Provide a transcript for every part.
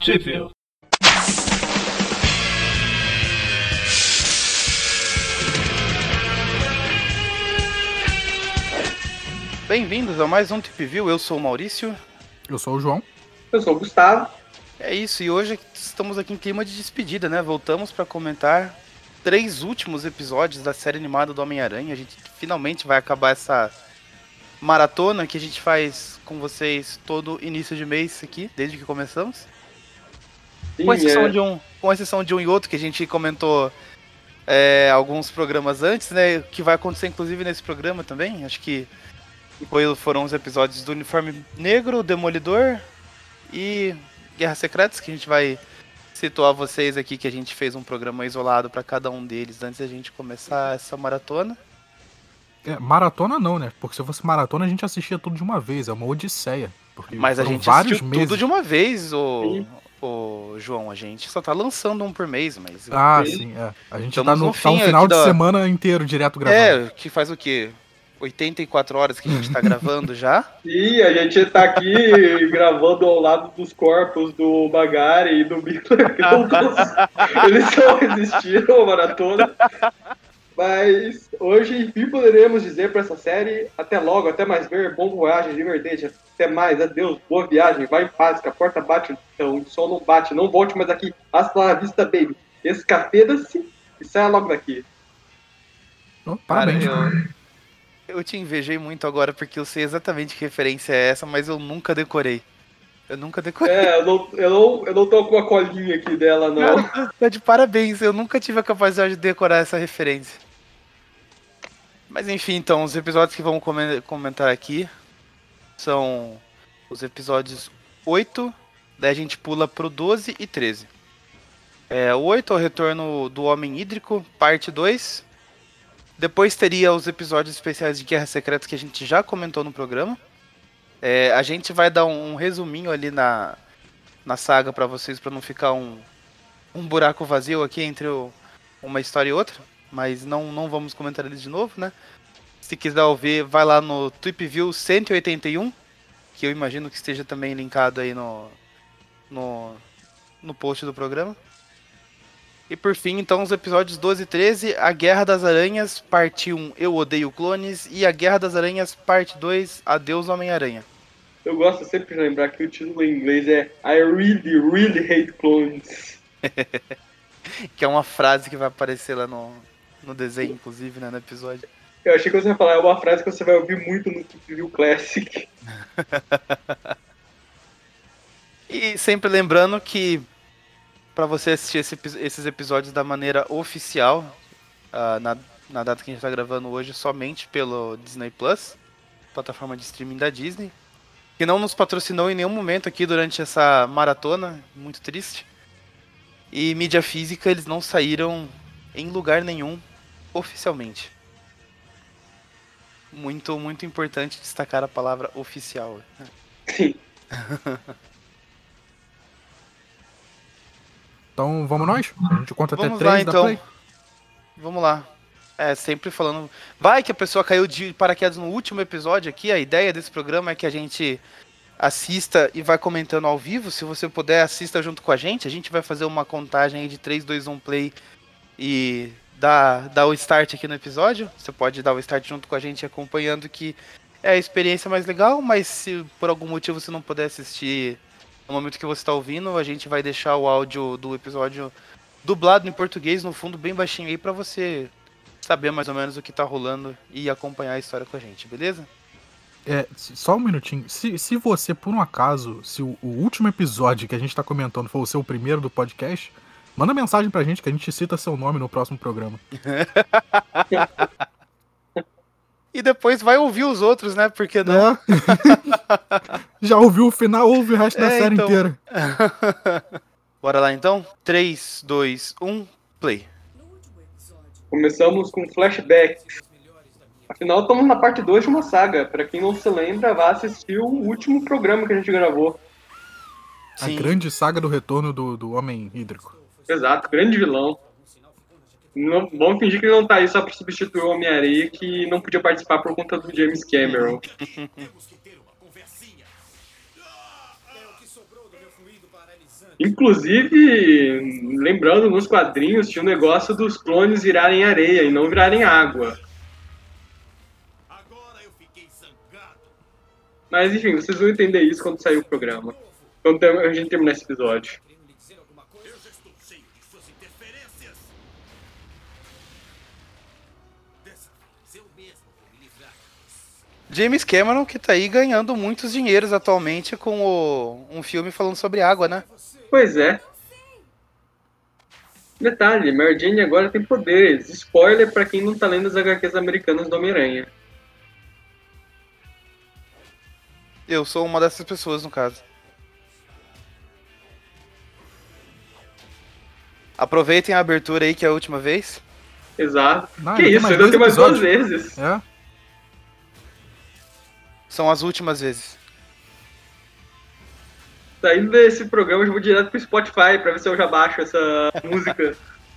Trip-View. Bem-vindos a mais um Trip-View. Eu sou o Maurício. Eu sou o João. Eu sou o Gustavo. É isso, e hoje estamos aqui em clima de despedida, né? Voltamos para comentar 3 últimos episódios da série animada do Homem-Aranha. A gente finalmente vai acabar essa maratona que a gente faz com vocês todo início de mês aqui, desde que começamos. Sim, Com exceção de um e outro que a gente comentou alguns programas antes, né? Que vai acontecer inclusive nesse programa também. Acho que foram os episódios do Uniforme Negro, Demolidor e Guerras Secretas, que a gente vai situar vocês aqui, que a gente fez um programa isolado para cada um deles antes da gente começar essa maratona. Maratona não, né? Porque se fosse maratona a gente assistia tudo de uma vez, é uma odisseia. Mas a gente assistiu tudo de uma vez, ô João, a gente só tá lançando um por mês, mas... sim, é. A gente tá um final de semana inteiro direto gravando. Que faz o quê? 84 horas que a gente tá gravando já? Sim, a gente tá aqui gravando ao lado dos corpos do Magari e do Miller. Eles só resistiram à maratona. Mas hoje, enfim, poderemos dizer pra essa série: até logo, até mais ver, bom voyage, divertente, até mais, adeus, boa viagem, vai em paz, que a porta bate no chão, o sol não bate, não volte mais aqui, hasta la vista, baby. Escafeda-se e saia logo daqui. Parabéns. Eu te invejei muito agora porque eu sei exatamente que referência é essa, mas eu nunca decorei. Eu não tô com a colinha aqui dela, não. Tá de parabéns, eu nunca tive a capacidade de decorar essa referência. Mas enfim, então, os episódios que vamos comentar aqui são os episódios 8, daí a gente pula pro 12 e 13. O 8 é o Retorno do Homem Hídrico, parte 2. Depois teria os episódios especiais de Guerras Secretas que a gente já comentou no programa. A gente vai dar um resuminho ali na saga pra vocês, pra não ficar um buraco vazio aqui entre uma história e outra. Mas não vamos comentar eles de novo, né? Se quiser ouvir, vai lá no Trip-View 181, que eu imagino que esteja também linkado aí no post do programa. E por fim, então, os episódios 12 e 13, A Guerra das Aranhas, parte 1, Eu Odeio Clones, e A Guerra das Aranhas, parte 2, Adeus Homem-Aranha. Eu gosto sempre de lembrar que o título em inglês é I really, really hate clones. Que é uma frase que vai aparecer lá no desenho, inclusive, né, no episódio. Eu achei que você ia falar, é uma frase que você vai ouvir muito no Trip-View Classic. E sempre lembrando que para você assistir esses episódios da maneira oficial, na data que a gente está gravando hoje, somente pelo Disney Plus, plataforma de streaming da Disney, que não nos patrocinou em nenhum momento aqui durante essa maratona, muito triste. E mídia física, eles não saíram em lugar nenhum oficialmente. Muito, muito importante destacar a palavra oficial. Sim. Então vamos nós? A gente conta até 3 lá, da então. Play? Vamos lá. Sempre falando... Vai que a pessoa caiu de paraquedas no último episódio aqui. A ideia desse programa é que a gente assista e vai comentando ao vivo. Se você puder, assista junto com a gente. A gente vai fazer uma contagem aí de 3, 2, 1 play e dar o start aqui no episódio. Você pode dar o start junto com a gente acompanhando, que é a experiência mais legal. Mas se por algum motivo você não puder assistir no momento que você está ouvindo, a gente vai deixar o áudio do episódio dublado em português no fundo, bem baixinho aí, pra você saber mais ou menos o que tá rolando e acompanhar a história com a gente, beleza? Só um minutinho. Se você, por um acaso, se o último episódio que a gente tá comentando for o seu primeiro do podcast, manda mensagem pra gente que a gente cita seu nome no próximo programa. E depois vai ouvir os outros, né? Porque não. Já ouviu o final, ouve o resto da série inteira. Bora lá então? 3, 2, 1, play. Começamos com flashback. Afinal, estamos na parte 2 de uma saga. Pra quem não se lembra, vá assistir o último programa que a gente gravou. Sim. A grande saga do retorno do Homem Hídrico. Exato, grande vilão. Não, vamos fingir que ele não tá aí só pra substituir o Homem-Aranha, que não podia participar por conta do James Cameron. Inclusive, lembrando, nos quadrinhos tinha o negócio dos clones virarem areia e não virarem água. Mas enfim, vocês vão entender isso quando sair o programa. Quando a gente terminar esse episódio. James Cameron que tá aí ganhando muitos dinheiros atualmente com um filme falando sobre água, né? Pois é. Detalhe, Mary Jane agora tem poderes. Spoiler pra quem não tá lendo as HQs americanas do Homem-Aranha. Eu sou uma dessas pessoas, no caso. Aproveitem a abertura aí, que é a última vez. Exato. Não, Que ainda tem isso, mais ainda dois tem mais duas episódios. vezes. É. São as últimas vezes. Saindo desse programa, eu vou direto pro Spotify pra ver se eu já baixo essa música.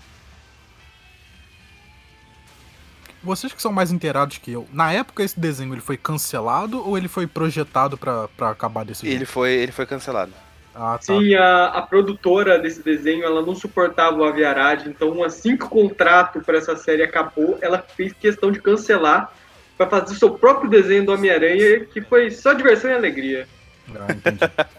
Vocês que são mais inteirados que eu, na época esse desenho ele foi cancelado ou ele foi projetado pra acabar desse jeito? Ele foi cancelado. Ah, tá. Sim, a produtora desse desenho, ela não suportava o Aviarad, então assim que o contrato para essa série acabou, ela fez questão de cancelar para fazer o seu próprio desenho do Homem-Aranha, que foi só diversão e alegria. Ah, entendi.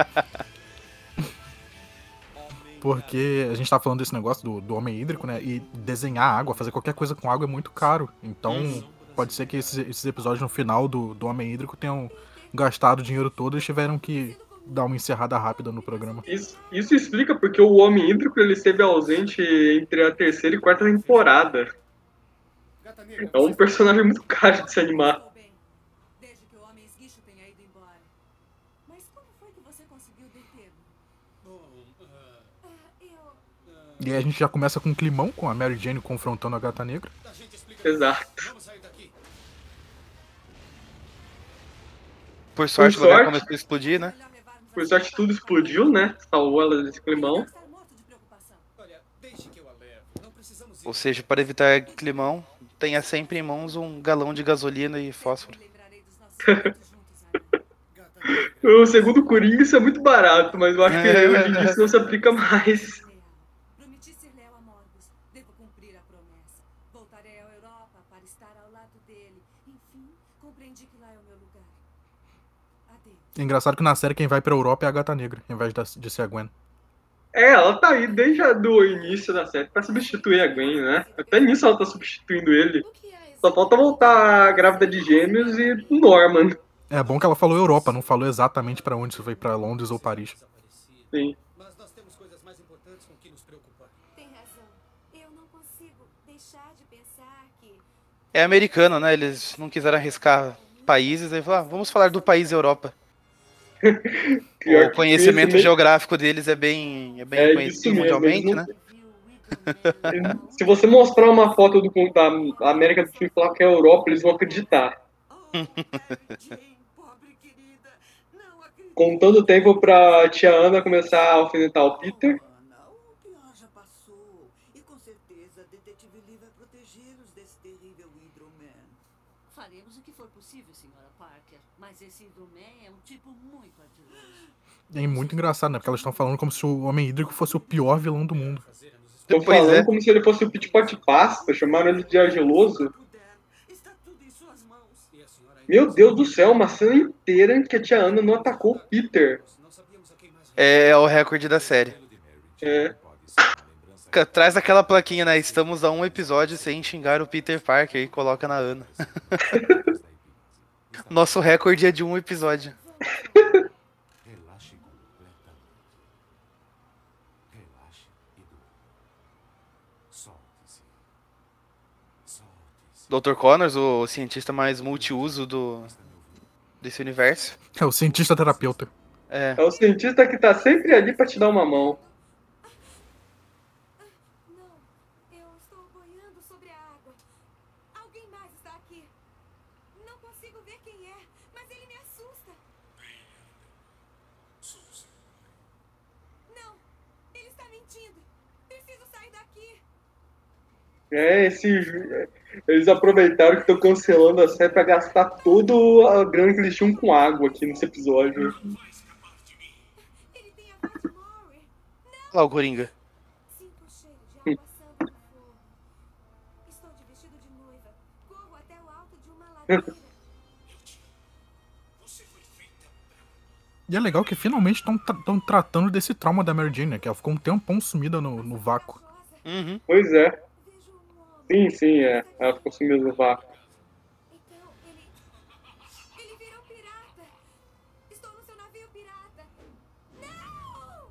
Porque a gente tá falando desse negócio do homem hídrico, né? E desenhar água, fazer qualquer coisa com água é muito caro. Então, pode ser que esses episódios no final do Homem Hídrico tenham gastado o dinheiro todo e tiveram que dar uma encerrada rápida no programa. Isso explica porque o Homem Hídrico ele esteve ausente entre a terceira e quarta temporada. É um personagem muito caro de se animar. Desde que o homem esguicho tenha ido embora. Mas como foi que você conseguiu detê-lo? E aí a gente já começa com um climão, com a Mary Jane confrontando a Gata Negra. Exato. Por sorte, o lugar começou a explodir, né? Por sorte tudo explodiu, né? Salvou ela desse climão. Ou seja, para evitar climão, tenha sempre em mãos um galão de gasolina e fósforo. O segundo Coringa isso é muito barato, mas eu acho que hoje em dia isso não se aplica mais. Prometi ser leal a Morbius. Devo cumprir a promessa. Voltarei à Europa para estar ao lado dele. Enfim, compreendi que lá é o meu lugar. Adeus. É engraçado que na série quem vai pra Europa é a Gata Negra, ao invés de ser a Gwen. Ela tá aí desde o início da série pra substituir a Gwen, né? Até nisso ela tá substituindo ele. Só falta voltar grávida de gêmeos e o Norman. É bom que ela falou Europa, não falou exatamente pra onde, se foi pra Londres ou Paris. Sim. Mas nós temos coisas mais importantes com que nos preocupar. Tem razão. Eu não consigo deixar de pensar que... É americano, né? Eles não quiseram arriscar países, aí falaram, vamos falar do país Europa. Pior O que conhecimento geográfico deles é bem isso conhecido mesmo, mundialmente, eles né? Se você mostrar uma foto da América do Sul e falar que é a Europa, eles vão acreditar. Pobre querida. Não acredito. Contando tempo pra tia Ana começar a alfinetar o Peter. Ana, o pior já passou. E com certeza a detetive Lee vai protegê-los desse terrível Hydro-Man. Faremos o que for possível, senhora Parker. Mas esse Hydro-Man é um tipo muito ardiloso. É muito engraçado, né? Porque elas estão falando como se o Homem Hídrico fosse o pior vilão do mundo. Estão Pois falando é. como se ele fosse o Pit-Pot Pasta, chamaram ele de argiloso. Está tudo em suas mãos. E a senhora Meu Deus do céu, uma cena inteira em que a tia Ana não atacou o Peter. não sabíamos a quem mais É o recorde da série. É. Traz aquela plaquinha, né? Estamos a um episódio sem xingar o Peter Parker e coloca na Ana. Nosso recorde é de um episódio. Relaxe completamente. Relaxe e durma. Solte-se. Solte-se. Dr. Connors, o cientista mais multiuso desse universo. É o cientista terapeuta. É. É o cientista que tá sempre ali pra te dar uma mão. Não. Eu estou boiando sobre a água. Alguém mais está aqui. Não consigo ver quem é, mas ele me assusta. Não. Ele está mentindo. Preciso sair daqui. Eles aproveitaram que estão cancelando a série pra gastar todo a grana que eles tinham com água aqui nesse episódio. Ele tem a voz de Olha lá o Coringa. Sinto o cheiro de algo assando no forno. Estou de vestido de noiva. Corro até o alto de uma ladeira. E é legal que finalmente estão tratando desse trauma da Mary Jane, né? Que ela ficou um tempão sumida no vácuo. Uhum. Pois é. Vejo um homem. Sim, é. Ela ficou sumida no vácuo. Então, ele virou pirata. Estou no seu navio pirata. Não!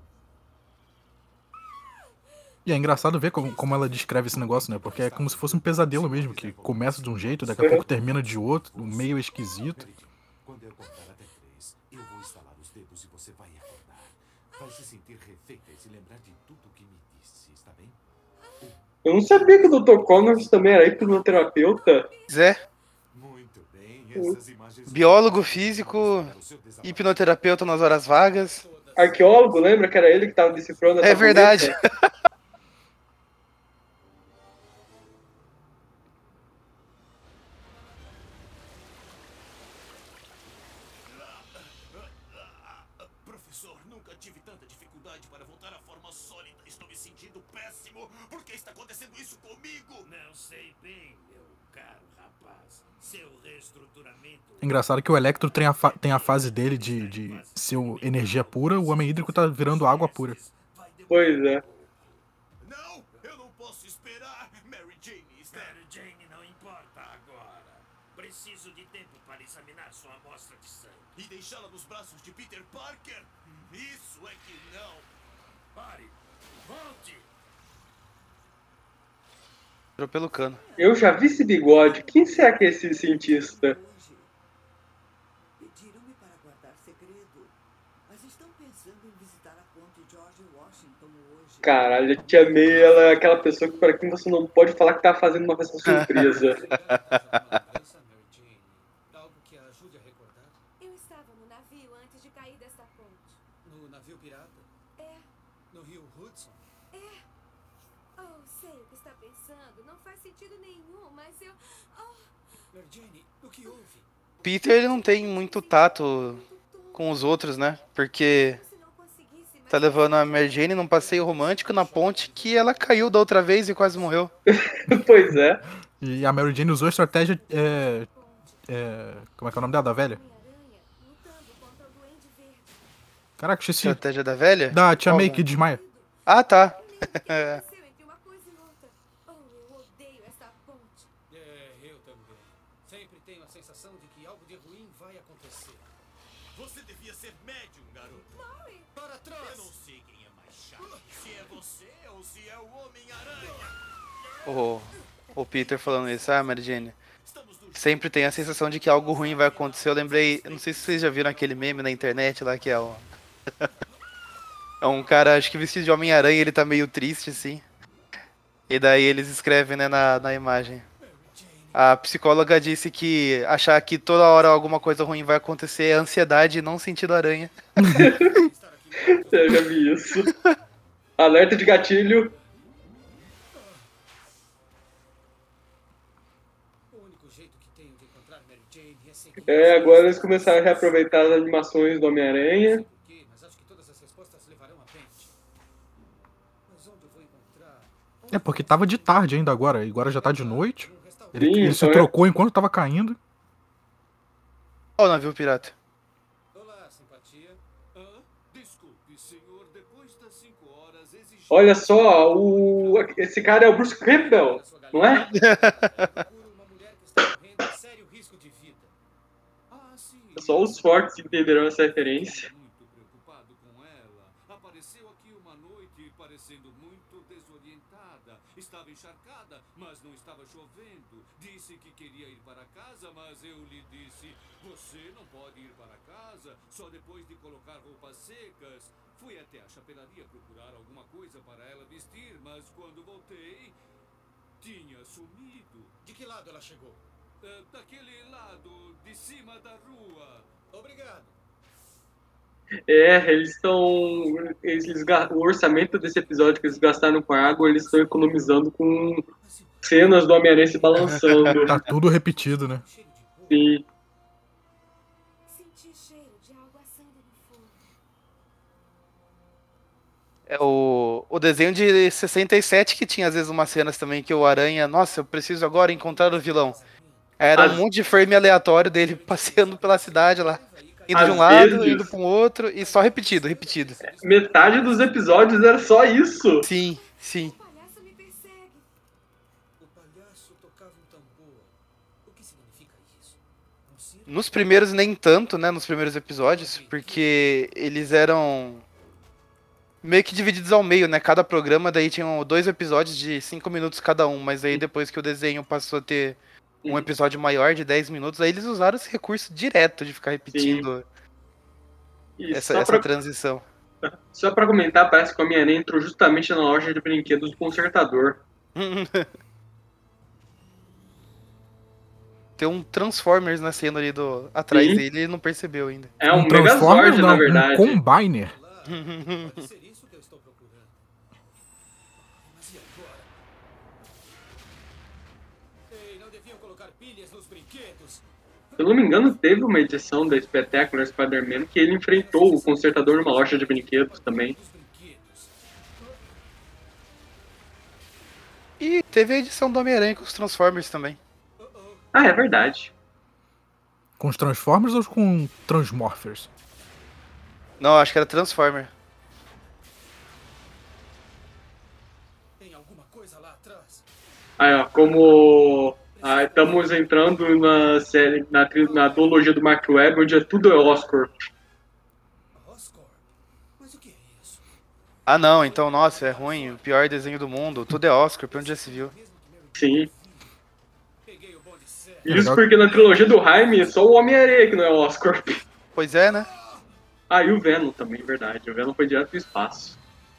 E é engraçado ver como ela descreve esse negócio, né? Porque é como se fosse um pesadelo mesmo, que começa de um jeito, daqui a pouco termina de outro, meio esquisito. Acredite, quando eu contar até 3, eu vou estalar os dedos e você vai acordar. Vai se sentir refeita e se lembrar de tudo que me disse, está bem? Eu não sabia que o Dr. Connors também era hipnoterapeuta. Zé, Muito bem, essas imagens... biólogo, físico, hipnoterapeuta nas horas vagas. Arqueólogo, lembra que era ele que tava decifrando essa É verdade. bonita? Professor, nunca tive tanta dificuldade para voltar à forma sólida. Estou me sentindo péssimo. Por que está acontecendo isso comigo? Não sei bem, meu caro rapaz. Seu reestruturamento... Engraçado que o Electro tem a fase dele de ser energia pura, o Homem Hídrico tá virando água pura. Pois é. Não, eu não posso esperar. Mary Jane está... Mary Jane não importa agora. Preciso de tempo para examinar sua amostra de sangue. E deixá-la nos braços de Peter Parker? Isso é que não. Pare! Volte! Entrou pelo cano. Eu já vi esse bigode. Quem será que é esse cientista? Hoje, pediram-me para guardar segredo, mas estão pensando em visitar a ponte George Washington hoje. Caralho, a tia May, ela é aquela pessoa que para quem você não pode falar que tá fazendo uma festa surpresa. Mary Jane, algo que a ajude a recordar? Eu estava no navio antes de cair dessa ponte. No navio pirata? É, No rio Hudson? oh, sei o que está pensando. Não faz sentido nenhum, mas eu... Oh, Mary Jane, o que houve? Peter, ele não tem muito tato com os outros, né? Porque se não conseguisse mais... tá levando a Mary Jane num passeio romântico na ponte que ela caiu da outra vez e quase morreu. Pois é. E a Mary Jane usou a estratégia. Como é que é o nome dela, da velha? Homem-Aranha lutando contra o Duende Verde. Caraca, esqueci. Estratégia da velha? Da tia Qual May uma? que desmaia. Ah, tá. Eu nem sei o que aconteceu entre uma coisa e outra. Oh, eu odeio essa ponte. Eu também. Sempre tenho a sensação de que algo de ruim vai acontecer. Você devia ser médium, garoto. Para trás! Eu não sei quem é mais chato. Se é você ou se é o Homem-Aranha. O Peter falando isso. Ah, Mary Jane. Estamos no Sempre tem a sensação de que algo ruim vai acontecer. Eu lembrei, eu não sei se vocês já viram aquele meme na internet lá que é o... É um cara, acho que vestido de Homem-Aranha, ele tá meio triste, assim. E daí eles escrevem, né, na imagem. A psicóloga disse que achar que toda hora alguma coisa ruim vai acontecer é ansiedade e não sentido aranha. Eu já vi isso. Alerta de gatilho. O único jeito que tenho de encontrar Mary Jane é seguir... Agora eles começaram a reaproveitar as animações do Homem-Aranha. Por quê, mas acho que todas as respostas levarão a pente. Mas onde eu vou encontrar... É porque tava de tarde ainda agora já tá de noite. Um restaurante? Ele se então trocou enquanto tava caindo. Ó, o navio pirata. Olá, simpatia. Desculpe, senhor, depois das 5 horas exigimos... Olha só, esse cara é o Bruce Campbell, não é? Procuro uma mulher que está correndo sério risco de vida. Ah, sim. Só os fortes entenderão essa referência. Muito preocupado com ela. Apareceu aqui uma noite parecendo muito desorientada. Estava encharcada, mas não estava chovendo. Disse que queria ir para casa, mas eu lhe disse: você não pode ir para casa só depois de colocar roupas secas. Fui até a chapelaria procurar alguma coisa para ela vestir, mas quando voltei, tinha sumido. De que lado ela chegou? Daquele lado de cima da rua. Obrigado. O orçamento desse episódio que eles gastaram com a água, eles estão economizando com cenas do Homem-Aranha se balançando. Tá tudo repetido, né? Cheiro de bolo. Sim. Senti cheiro de algo assando no forno. É O desenho de 67 que tinha às vezes umas cenas também que o Aranha, nossa, eu preciso agora encontrar o vilão. Era um Às- monte de frame aleatório dele passeando pela cidade lá. Indo de um Às lado, indo vezes, para um outro e só repetido, repetido. metade dos episódios era só isso. Sim, sim. O palhaço me persegue. O palhaço tocava um tambor. O que significa isso? Um circo? Nos primeiros nem tanto, né, nos primeiros episódios, porque eles eram meio que divididos ao meio, né? Cada programa daí tinham 2 episódios de 5 minutos cada um, mas aí depois que o desenho passou a ter um episódio maior de 10 minutos, aí eles usaram esse recurso direto de ficar repetindo E essa transição. só pra comentar, parece que o Homem-Aranha entrou justamente na loja de brinquedos do Consertador. Tem um Transformers nascendo ali atrás Sim. dele e ele não percebeu ainda. É um Transformers, Megazord, não, na verdade. um Combiner. Pode ser isso que eu estou procurando. Mas e agora? Ei, não deviam colocar pilhas nos brinquedos. Se eu não me engano, teve uma edição da Spectacular Spider-Man que ele enfrentou o Consertador numa loja de brinquedos também. Dos brinquedos. E teve a edição do Homem-Aranha com os Transformers também. Ah, é verdade. Com os Transformers ou com Transmorphers? Não, acho que era Transformer. Tem alguma coisa lá atrás. Aí, ó, como estamos entrando na série, na duologia do Mark Webb, onde tudo é Oscorp. Oscorp? Mas o que é isso? Ah não, então, nossa, é ruim, o pior desenho do mundo. Tudo é Oscar, onde já se viu. Sim. Peguei o bonde certo. É Isso legal. porque na trilogia do Jaime, só o Homem-Aranha que não é Oscorp. Pois é, né? Ah, e o Venom também, verdade. O Venom foi direto pro espaço.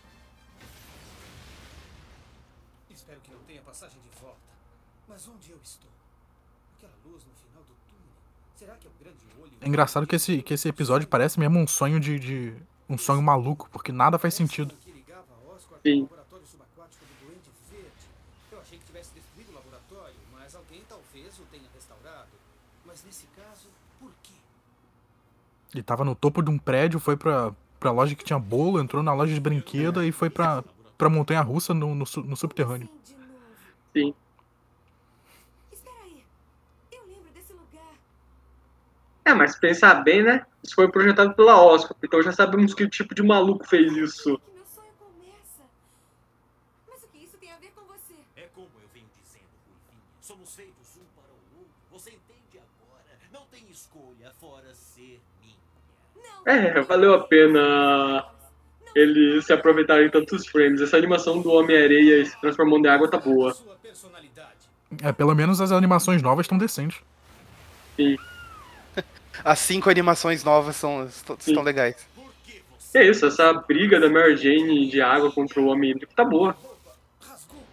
Espero que não tenha passagem de volta. Mas onde eu estou? Aquela luz no final do túnel. Será que é o grande olho? É engraçado que esse episódio parece mesmo um sonho um sonho maluco, porque nada faz sentido. Que ligava a Oscorp Sim. ao laboratório subaquático do Duende Verde. Eu achei que tivesse destruído o laboratório, mas alguém talvez o tenha restaurado. Mas nesse caso, por quê? Ele tava no topo de um prédio, foi pra loja que tinha bolo, entrou na loja de brinquedo e foi pra montanha-russa no subterrâneo. Sim, de novo. Sim. Espera aí. Eu lembro desse lugar. É, mas se pensar bem, né? Isso foi projetado pela Oscorp, então já sabemos que tipo de maluco fez isso. Que meu sonho começa. Mas o que isso tem a ver com você? É como eu venho dizendo, Ruivinha. Somos feitos um para o outro. Você entende agora? Não tem escolha fora ser minha. Não. É, valeu a pena eles se aproveitarem tantos frames. Essa animação do Homem-Areia se transformando em água tá boa. Sua personalidade. É, pelo menos as animações novas estão decentes. Sim. As 5 animações novas estão legais. Por que você É isso, essa briga da Mary Jane de água contra o Homem Hídrico tá boa. rasgou?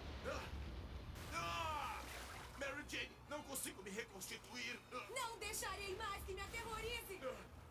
Mary Jane, não consigo me reconstituir. Não deixarei mais que me aterrorize.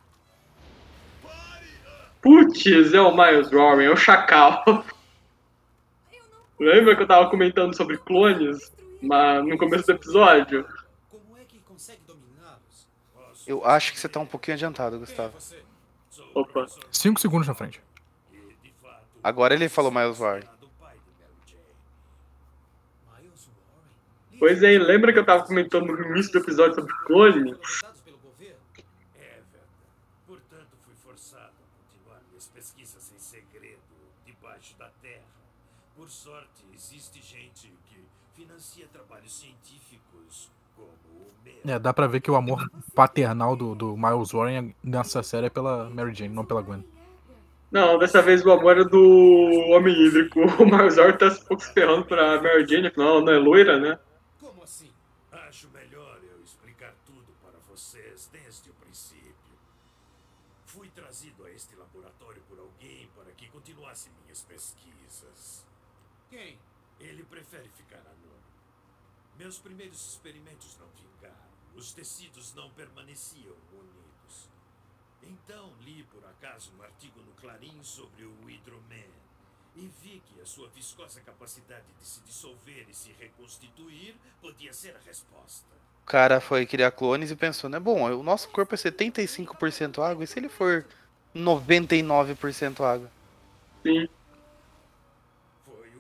Putz, é o Miles Warren, é o Chacal. Eu não Lembra que eu tava comentando sobre clones no começo do episódio? Como é que consegue dominá-los? Eu acho que você tá um pouquinho adiantado, Quem é Gustavo. você? Opa. 5 segundos na frente. De fato, Agora ele falou Miles Warren. do pai de Mary Jane. Miles Warren? Pois é, lembra que eu tava comentando no início do episódio sobre clones? Dados pelo governo? É verdade. Portanto, fui forçado a continuar minhas pesquisas em segredo, debaixo da terra. Por sorte, existe gente que financia trabalhos científicos como o meu. É, dá pra ver que o amor paternal do Miles Warren nessa série é pela Mary Jane, não pela Gwen. Não, dessa vez o amor é do Homem Hídrico. O Miles Warren tá um pouco se ferrando pra Mary Jane, afinal ela não é loira, né? Como assim? Acho melhor eu explicar tudo para vocês desde o princípio. Fui trazido a este laboratório por alguém para que continuasse minhas pesquisas. Quem? Ele prefere ficar anônimo. Meus primeiros experimentos não vingaram. Os tecidos não permaneciam unidos. Então li por acaso um artigo no Clarim sobre o Hydro-Man e vi que a sua viscosa capacidade de se dissolver e se reconstituir podia ser a resposta. O cara foi criar clones e pensou, né? Bom, o nosso corpo é 75% água, e se ele for 99% água? Sim.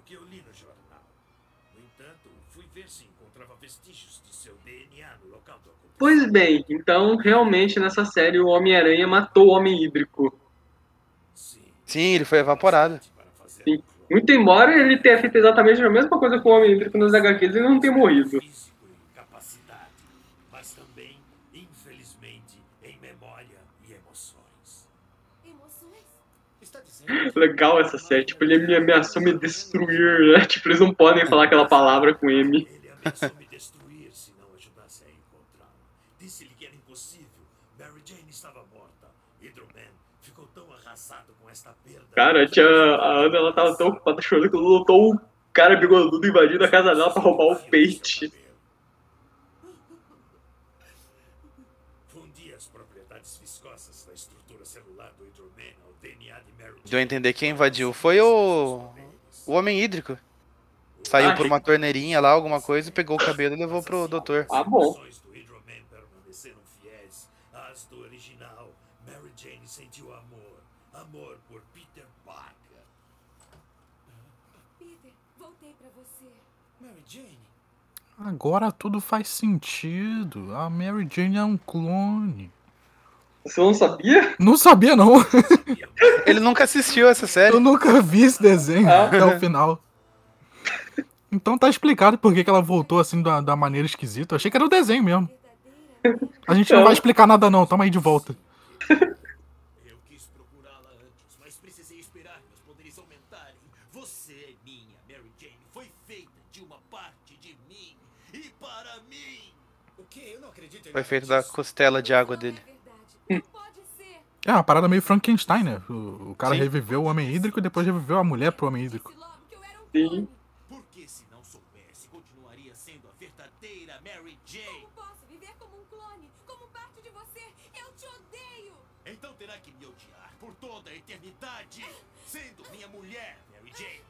que eu li no jornal. No entanto, fui ver se encontrava vestígios de seu DNA no local do acontecimento. Pois bem, então realmente nessa série o Homem-Aranha matou o Homem Hídrico. Sim, ele foi evaporado. Sim. Muito embora ele tenha feito exatamente a mesma coisa com o Homem Hídrico nos HQs e não tenha morrido. Físico e capacidade, mas também, infelizmente, em memória e emoções. Emoções? Está dizendo que Legal essa série, tipo, ele me ameaçou me destruir, né? Tipo, eles não podem falar aquela palavra com M. Ele ameaçou me destruir se não ajudasse a encontrá-lo. Disse-lhe que era impossível. Mary Jane estava morta. Hydro-Man ficou tão arrasado com esta perda. Cara, a Ana, ela tava tão ocupada chorando que lutou o cara bigodudo invadindo a casa dela pra roubar o peixe. Fundi as propriedades viscosas da estrutura celular do Hydro-Man ao DNA de Mary Jane. Deu a entender que quem invadiu foi o Homem Hídrico. Saiu por uma torneirinha lá, alguma coisa, pegou o cabelo e levou pro doutor. Ah, bom. As ações do Hydro-Man permaneceram fiéis às do original. Mary Jane sentiu amor por Peter Parker. Peter, voltei pra você. Mary Jane. Agora tudo faz sentido. A Mary Jane é um clone. Você não sabia? Não sabia, não. Ele nunca assistiu essa série. Eu nunca vi esse desenho Ah. até o final. Então tá explicado por que ela voltou assim da maneira esquisita. Eu achei que era o desenho mesmo. A gente não vai explicar nada não, tamo aí de volta. Eu quis procurá-la antes, mas precisei esperar meus poderes aumentarem. Você é minha, Mary Jane. Foi feita de uma parte de mim e para mim. O que? Eu não acredito em Foi nada feito da disso. costela de água Não dele. é verdade. Não pode ser. É uma parada meio Frankenstein, né? O cara Sim. reviveu o Homem Hídrico e depois reviveu a mulher pro Homem Hídrico. Disse logo que eu era um Sim. clone. Porque se não soubesse, continuaria sendo a verdadeira Mary Jane. Como posso viver como um clone? Como parte de você? Eu te odeio. Então terá que me odiar por toda a eternidade, sendo minha mulher, Mary Jane.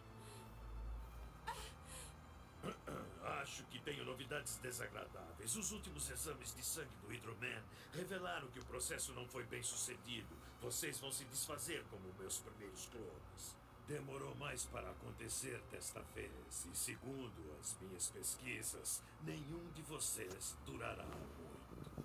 Acho que tenho novidades desagradáveis. Os últimos exames de sangue do Hydro-Man revelaram que o processo não foi bem sucedido. Vocês vão se desfazer como meus primeiros clones. Demorou mais para acontecer desta vez. E segundo as minhas pesquisas, nenhum de vocês durará muito.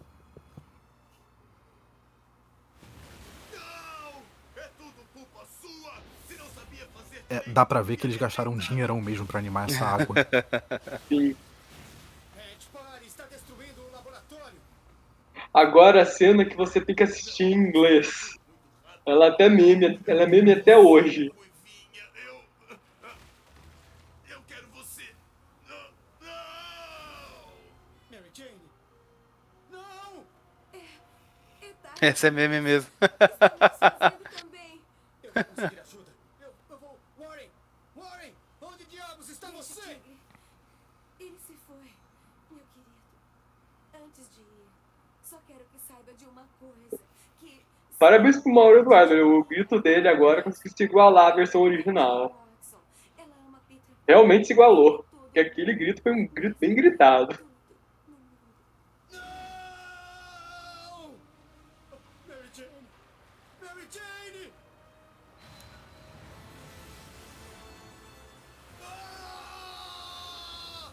Não! É tudo culpa sua! Se não sabia fazer Dá pra ver que eles gastaram um dinheirão mesmo pra animar essa água. Sim. Ed, pare, está destruindo o laboratório. Agora a cena que você tem que assistir em inglês. Ela é meme até hoje. Ruivinha, eu quero você. Não! Mary Jane. Não! Essa é meme mesmo. Estamos fazendo também. Eu vou conseguir ajuda. Eu vou. Warren, onde diabos está você? Tigre. Ele se foi, meu querido. Antes de ir, só quero que saiba de uma coisa. Que Parabéns pro Mauro Eduardo. O grito dele agora conseguiu se igualar à versão original. Watson, ela ama Peter Realmente se igualou. Porque aquele grito foi um grito bem gritado. Não! Mary Jane! Mary Jane! Ah!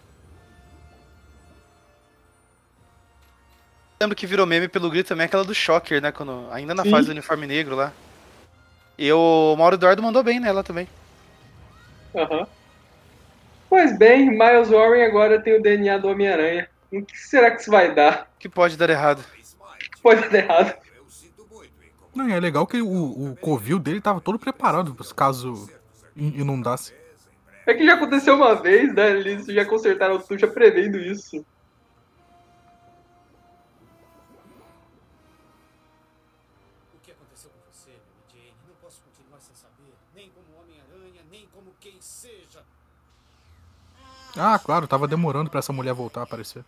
Lembro que virou meme pelo grito também aquela do Shocker, né? Quando, ainda na Sim. fase do uniforme negro lá. E o Mauro Eduardo mandou bem nela também. Aham. Pois bem, Miles Warren agora tem o DNA do Homem-Aranha. O que será que isso vai dar? Que pode dar errado. Pode dar errado. Eu sinto muito em Não, e é legal que o covil dele tava todo preparado caso inundasse. É que já aconteceu uma vez, né? Eles já consertaram tudo, já prevendo isso. O que aconteceu com você, Mary Jane? Não posso continuar sem saber. Nem como Homem-Aranha, nem como quem seja. Ah, claro, tava demorando pra essa mulher voltar a aparecer.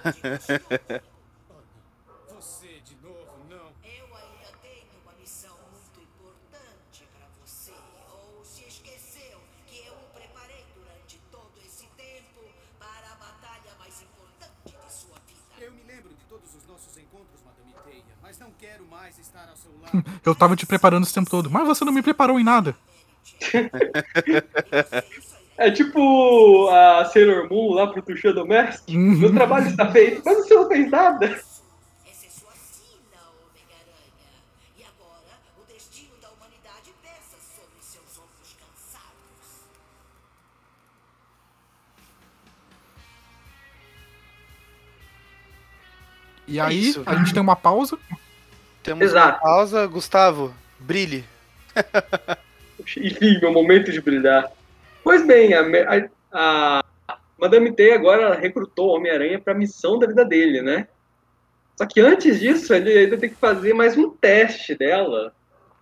Você de novo, não. Eu ainda tenho uma missão muito importante para você. Ou se esqueceu que eu o preparei durante todo esse tempo para a batalha mais importante de sua vida. Eu me lembro de todos os nossos encontros, Madame Teia, mas não quero mais estar ao seu lado. Eu tava te preparando esse tempo todo, mas você não me preparou em nada. Você É tipo a Sailor Moon lá pro Tuxedo Doméstico. Meu trabalho está feito, mas você não fez nada. Essa é sua sina, Homem-Aranha. E agora, o destino da humanidade pesa sobre seus ombros cansados. E aí, isso. a gente tem uma pausa. Temos Exato. uma pausa. Gustavo, brilhe. Enfim, meu momento de brilhar. Pois bem, a Madame T agora recrutou o Homem-Aranha para a missão da vida dele, né? Só que antes disso, ele ainda tem que fazer mais um teste dela.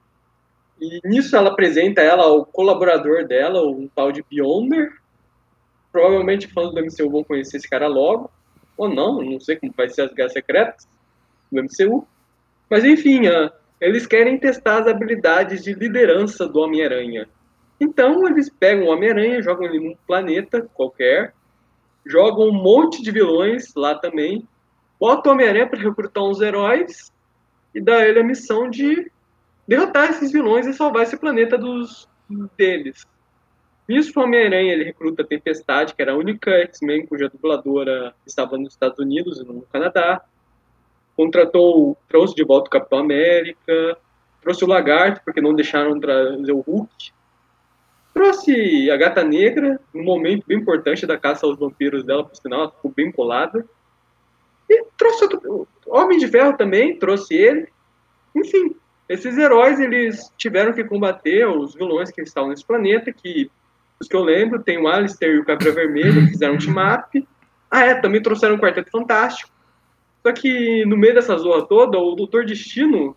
E nisso ela apresenta ela ao colaborador dela, um tal de Beyonder. Provavelmente fãs do MCU vão conhecer esse cara logo. Ou não sei como vai ser as guerras secretas do MCU. Mas enfim, eles querem testar as habilidades de liderança do Homem-Aranha. Então eles pegam o Homem-Aranha, jogam ele num planeta qualquer, jogam um monte de vilões lá também, botam o Homem-Aranha para recrutar uns heróis e dá a ele a missão de derrotar esses vilões e salvar esse planeta deles. Nisso, o Homem-Aranha ele recruta a Tempestade, que era a única X-Men cuja dubladora estava nos Estados Unidos e não no Canadá. Trouxe de volta o Capitão América, trouxe o Lagarto, porque não deixaram trazer o Hulk. Trouxe a Gata Negra, num momento bem importante da caça aos vampiros dela, por sinal, ela ficou bem colada. E trouxe o Homem de Ferro também, trouxe ele. Enfim, esses heróis, eles tiveram que combater os vilões que estavam nesse planeta, que, os que eu lembro, tem o Alistair e o Capitão Vermelho, que fizeram um team-up. Também trouxeram um Quarteto Fantástico. Só que, no meio dessa zorra toda, o Doutor Destino,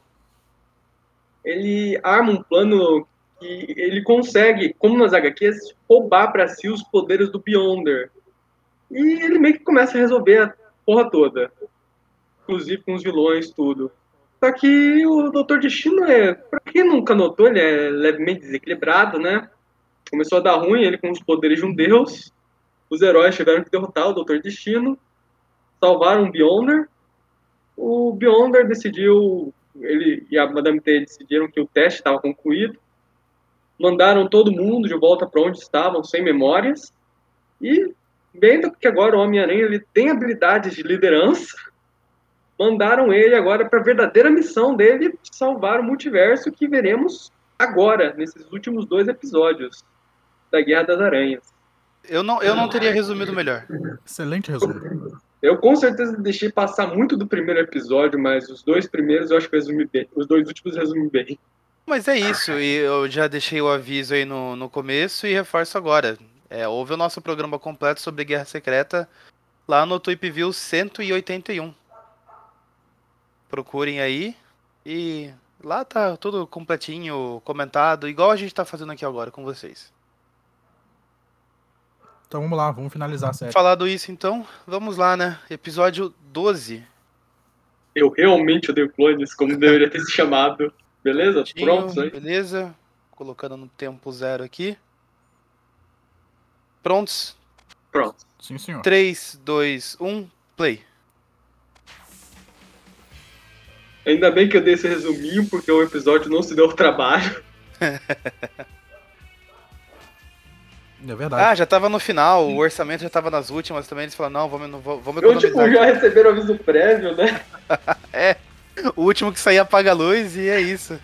ele arma um plano que ele consegue, como nas HQs, roubar para si os poderes do Beyonder. E ele meio que começa a resolver a porra toda. Inclusive com os vilões, tudo. Só que o Doutor Destino, pra quem nunca notou, ele é levemente desequilibrado, né? Começou a dar ruim, ele com os poderes de um deus. Os heróis tiveram que derrotar o Doutor Destino. Salvaram o Beyonder. O Beyonder decidiu, ele e a Madame T decidiram que o teste estava concluído. Mandaram todo mundo de volta para onde estavam, sem memórias. E, vendo que agora o Homem-Aranha ele tem habilidades de liderança, mandaram ele agora para a verdadeira missão dele de salvar o multiverso, que veremos agora, nesses últimos 2 episódios da Guerra das Aranhas. Eu não teria resumido melhor. Excelente resumo. Eu com certeza deixei passar muito do primeiro episódio, mas os 2 primeiros eu acho que eu resumi bem. Os 2 últimos eu resumi bem. Mas é isso, e eu já deixei o aviso aí no começo e reforço agora. Houve o nosso programa completo sobre Guerra Secreta lá no Tweep View 181. Procurem aí e lá tá tudo completinho, comentado, igual a gente tá fazendo aqui agora com vocês. Então vamos lá, vamos finalizar a série. Falado isso então, vamos lá, né? Episódio 12. Eu realmente odeio clones, como deveria ter se chamado. Beleza? Prontinho, Prontos aí? beleza. Colocando no tempo 0 aqui. Prontos? Pronto. Sim, senhor. 3, 2, 1, play. Ainda bem que eu dei esse resuminho, porque o episódio não se deu trabalho. É verdade. Já tava no final, o orçamento já tava nas últimas também. Eles falaram, não, vamos Eu, economizar. já receberam aviso prévio, né? O último que sair apaga a luz e é isso.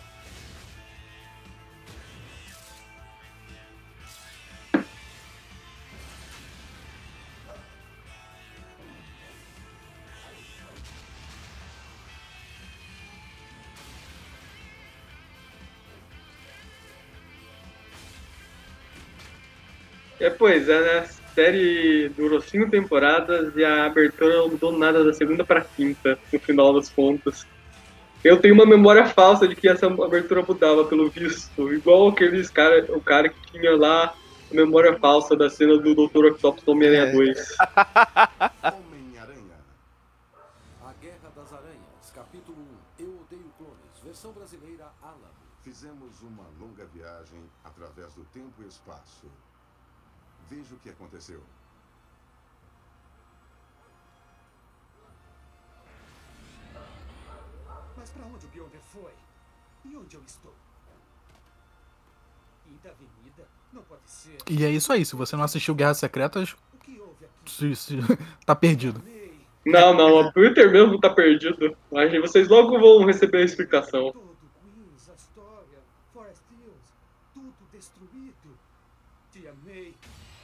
Pois é, né? A série durou 5 temporadas e a abertura não mudou nada da segunda pra quinta, no final das contas. Eu tenho uma memória falsa de que essa abertura mudava, pelo visto. Igual o cara que tinha lá a memória falsa da cena do Dr. Octopus no Homem-Aranha 2. Homem-Aranha. A Guerra das Aranhas, capítulo 1. Eu odeio clones. Versão brasileira, Alamo. Fizemos uma longa viagem através do tempo e espaço. Veja o que aconteceu. Mas para onde o Beyonder foi? E onde eu estou? Quinta Avenida? Não pode ser. E é isso aí, se você não assistiu Guerras Secretas, O que houve aqui? tá perdido. May, Não, o Twitter mesmo tá perdido. Mas vocês logo vão receber a explicação. todo Queens, Astoria, Forest Hills, tudo destruído. Tia May,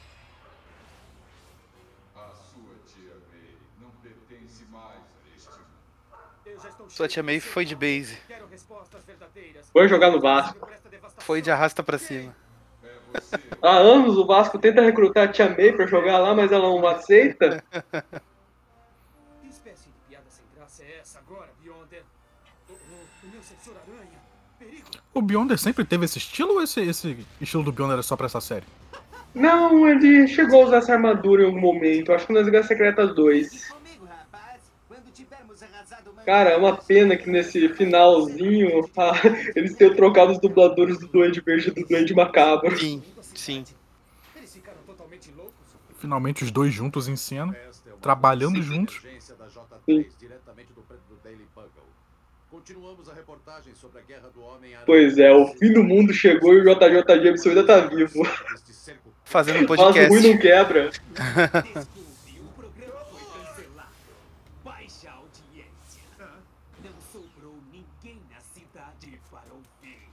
A sua tia May não pertence mais a este mundo. eu já estou Sua cheio tia May de foi de base. Quero respostas verdadeiras. Foi jogar no Vasco. Por esta devastação. Foi de arrasta pra cima. É você. Há anos o Vasco tenta recrutar a tia May pra jogar lá, mas ela não aceita. Que espécie de piada sem graça é essa agora, Beyonder? O meu sensor aranha. Perigo. O Beyonder sempre teve esse estilo ou esse estilo do Beyonder é só pra essa série? Não, ele chegou a usar essa armadura em algum momento. Acho que nas Guerras Secretas 2. Comigo, rapaz. Quando tivermos arrasado o Cara, é uma pena que nesse finalzinho eles tenham trocado os dubladores do Duende Verde e do Duende Macabro. Sim, sim. Eles ficaram totalmente loucos. Finalmente os dois juntos em cena, Esta é uma trabalhando notícia de juntos. emergência da J3, Sim. diretamente do prédio do Daily Bugle. Continuamos a reportagem sobre a guerra do Homem-Aranha. Pois é, o fim do mundo chegou e o JJ Jameson ainda tá vivo. Deste cerco Fazendo um Mas o ruim podcast. não quebra. Desculpe, o programa foi cancelado. Baixa audiência. Não sobrou ninguém na cidade para ouvir.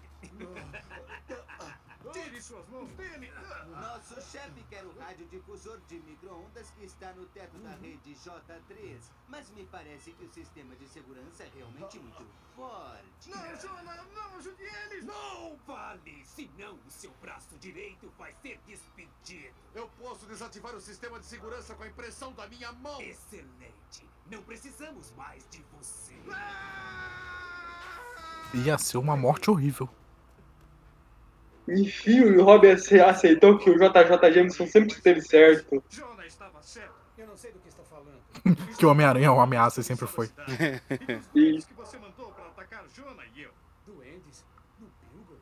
Tire suas mãos dele. Nosso chefe quer o radiodifusor de micro-ondas que está no teto da rede J3. Mas me parece que o sistema de segurança é realmente muito forte. Não, Jonah, não ajude eles. Não vale, senão o seu braço direito vai ser despedido. Eu posso desativar o sistema de segurança com a impressão da minha mão. Excelente. Não precisamos mais de você. Ia ser uma morte horrível. Enfim, o Rob aceitou que o JJ Jameson sempre esteve certo. Jonah estava certo. Eu não sei do que está falando. Que o Homem-Aranha é uma ameaça e sempre foi. E que você mandou para atacar Jonah e eu. Duendes? No Bilbo?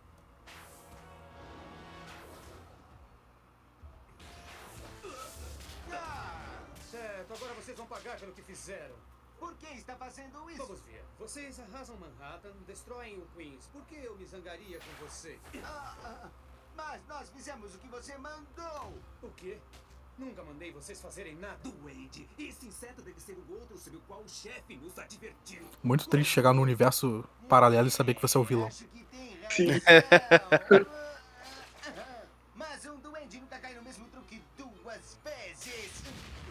Certo, agora vocês vão pagar pelo que fizeram. Por que está fazendo isso? Vamos ver. Vocês arrasam Manhattan, destroem o Queens. Por que eu me zangaria com vocês? Mas nós fizemos o que você mandou. O quê? Nunca mandei vocês fazerem nada. Duende, esse inseto deve ser o outro sobre o qual o chefe nos advertiu. Muito triste chegar no universo paralelo e saber que você é o vilão. Acho que tem Sim. razão. Mas um duende nunca cai no mesmo truque duas vezes.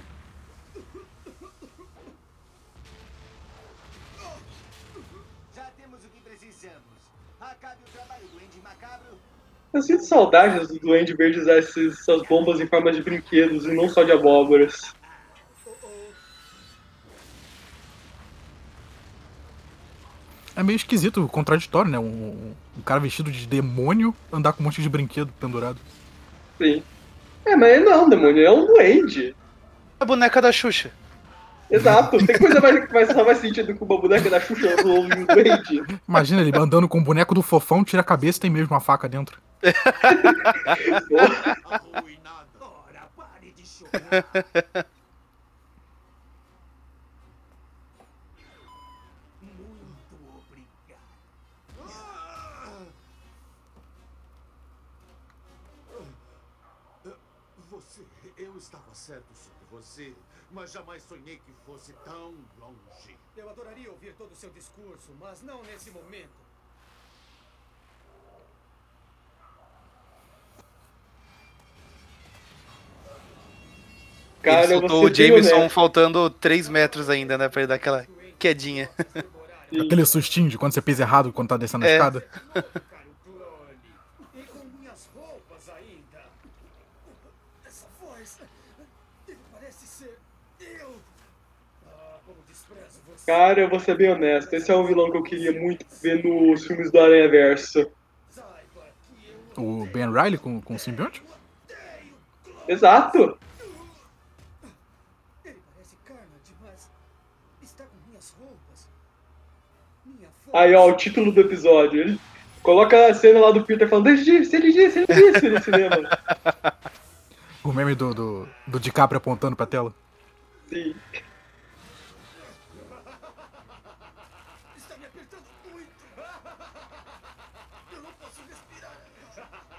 Já temos o que precisamos. Acabe o trabalho, duende macabro. eu sinto saudades do Duende Verde usar essas bombas em forma de brinquedos e não só de abóboras. É meio esquisito, contraditório, né? Um cara vestido de demônio andar com um monte de brinquedo pendurado. Sim. É, mas ele não é um demônio, ele é um duende. A boneca da Xuxa. Exato, tem coisa que faz só mais sentido com uma boneca da Xuxa ou um duende. Imagina ele andando com o boneco do fofão, tira a cabeça e tem mesmo uma faca dentro. Arruinado. Ora, pare de chorar. Muito obrigado. Eu estava certo sobre você, mas jamais sonhei que fosse tão longe. Eu adoraria ouvir todo o seu discurso, mas não nesse momento. Cara, Ele eu soltou vou o ser bem Jameson honesto. faltando 3 metros ainda, né? Pra ele dar aquela quedinha. Aquele sustinho de quando você pisa errado quando tá descendo a É. escada. Cara, o clone. E com minhas roupas ainda. Essa voz. Ele parece ser eu. Como desprezo você. Cara, eu vou ser bem honesto. Esse é um vilão que eu queria muito ver nos filmes do Aranha Verso. Saiba que eu O Ben Riley com o simbionte? Exato! Ele parece Carnage, mas está com minhas roupas. Minha voz. Aí, ó, o título do episódio. Ele coloca a cena lá do Peter falando, ele disse no cinema. O meme do DiCaprio apontando pra tela. Sim. Está me apertando muito. Eu não posso respirar.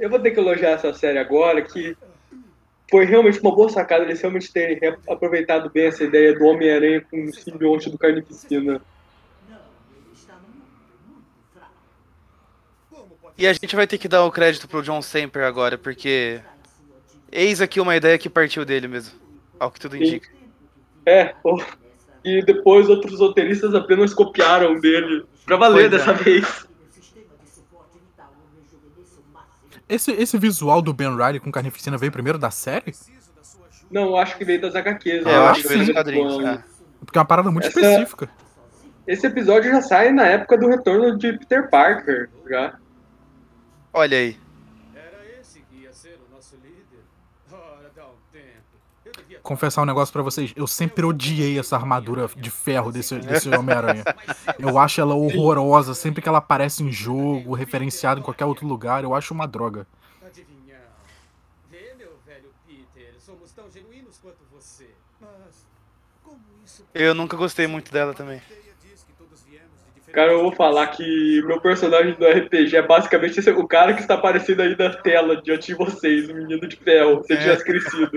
eu vou ter que elogiar essa série agora, que foi realmente uma boa sacada eles realmente terem aproveitado bem essa ideia do Homem-Aranha com o simbionte do Carnificina. E a gente vai ter que dar o crédito pro John Semper agora, porque eis aqui uma ideia que partiu dele mesmo, ao que tudo indica. E depois outros roteiristas apenas copiaram dele, pra valer Pois é. dessa vez. Esse visual do Ben Reilly com Carnificina veio primeiro da série? Não, acho que veio das HQs. Eu acho que sim. veio dos quadrinhos. Porque é uma parada muito específica. Esse episódio já sai na época do retorno de Peter Parker, já. Olha aí. Era esse que ia ser o nosso líder? Ora, dá um tempo. Eu devia... Confessar um negócio pra vocês, eu sempre odiei essa armadura de ferro desse Homem-Aranha. Eu acho ela horrorosa, sempre que ela aparece em jogo, referenciada em qualquer outro lugar, eu acho uma droga. Adivinhão. Vê, meu velho Peter, somos tão genuínos quanto você. Mas como isso... Eu nunca gostei muito dela também. Cara, eu vou falar que meu personagem do RPG é basicamente o cara que está aparecendo aí na tela diante de vocês, o Menino de Ferro, se ele tivesse crescido.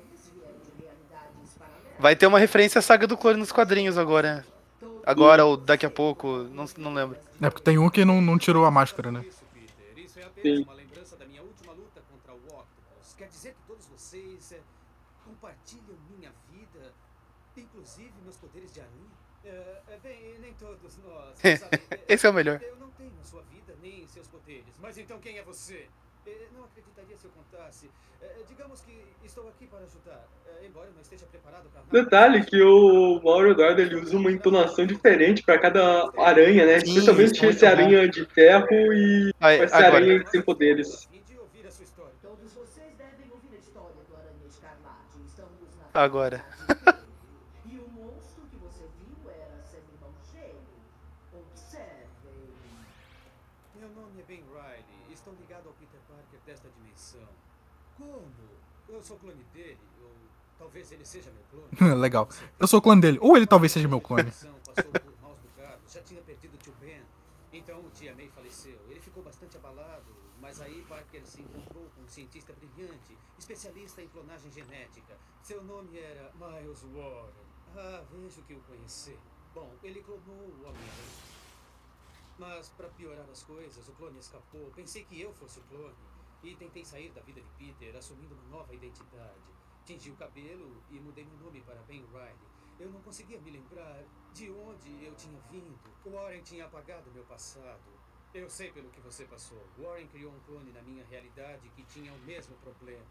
Vai ter uma referência à saga do clone nos quadrinhos agora. Agora ou daqui a pouco, não lembro. É porque tem um que não tirou a máscara, né? Isso é apenas uma lembrança da minha última luta contra o Octopus. Quer dizer que todos vocês compartilham minha vida, inclusive meus poderes de aranha? Bem, nem todos nós. Sabe? Esse é o melhor. Eu não tenho a sua vida nem seus poderes. Mas então quem é você? Não acreditaria se eu contasse. Digamos que estou aqui para ajudar, embora eu não esteja preparado para nada. Detalhe que o Mauro Eduardo ele usa uma entonação diferente para cada aranha, né? Sim, especialmente esse aranha de ferro e esse aranha sem poderes. Todos vocês devem ouvir a história do Aranha Escarlate. Estamos na... Agora. E o monstro que você viu era seu irmão gêmeo. Observem. Meu nome é Ben Reilly. Estou ligado ao Peter Parker desta dimensão. Como? Eu sou clone dele, ou talvez ele seja meu clone. Legal. Eu sou o clone dele. Ou ele talvez seja meu clone. Passou por maus bocados, já tinha perdido o tio Ben. Então o tia May faleceu. Ele ficou bastante abalado, mas aí Parker se encontrou com um cientista brilhante, especialista em clonagem genética. Seu nome era Miles Warren. Ah, vejo que o conheci. Bom, ele clonou o Homem-Aranha. Mas, para piorar as coisas, o clone escapou. Pensei que eu fosse o clone. E tentei sair da vida de Peter, assumindo uma nova identidade. Tingi o cabelo e mudei meu nome para Ben Reilly. Eu não conseguia me lembrar de onde eu tinha vindo. Warren tinha apagado meu passado. Eu sei pelo que você passou. Warren criou um clone na minha realidade que tinha o mesmo problema.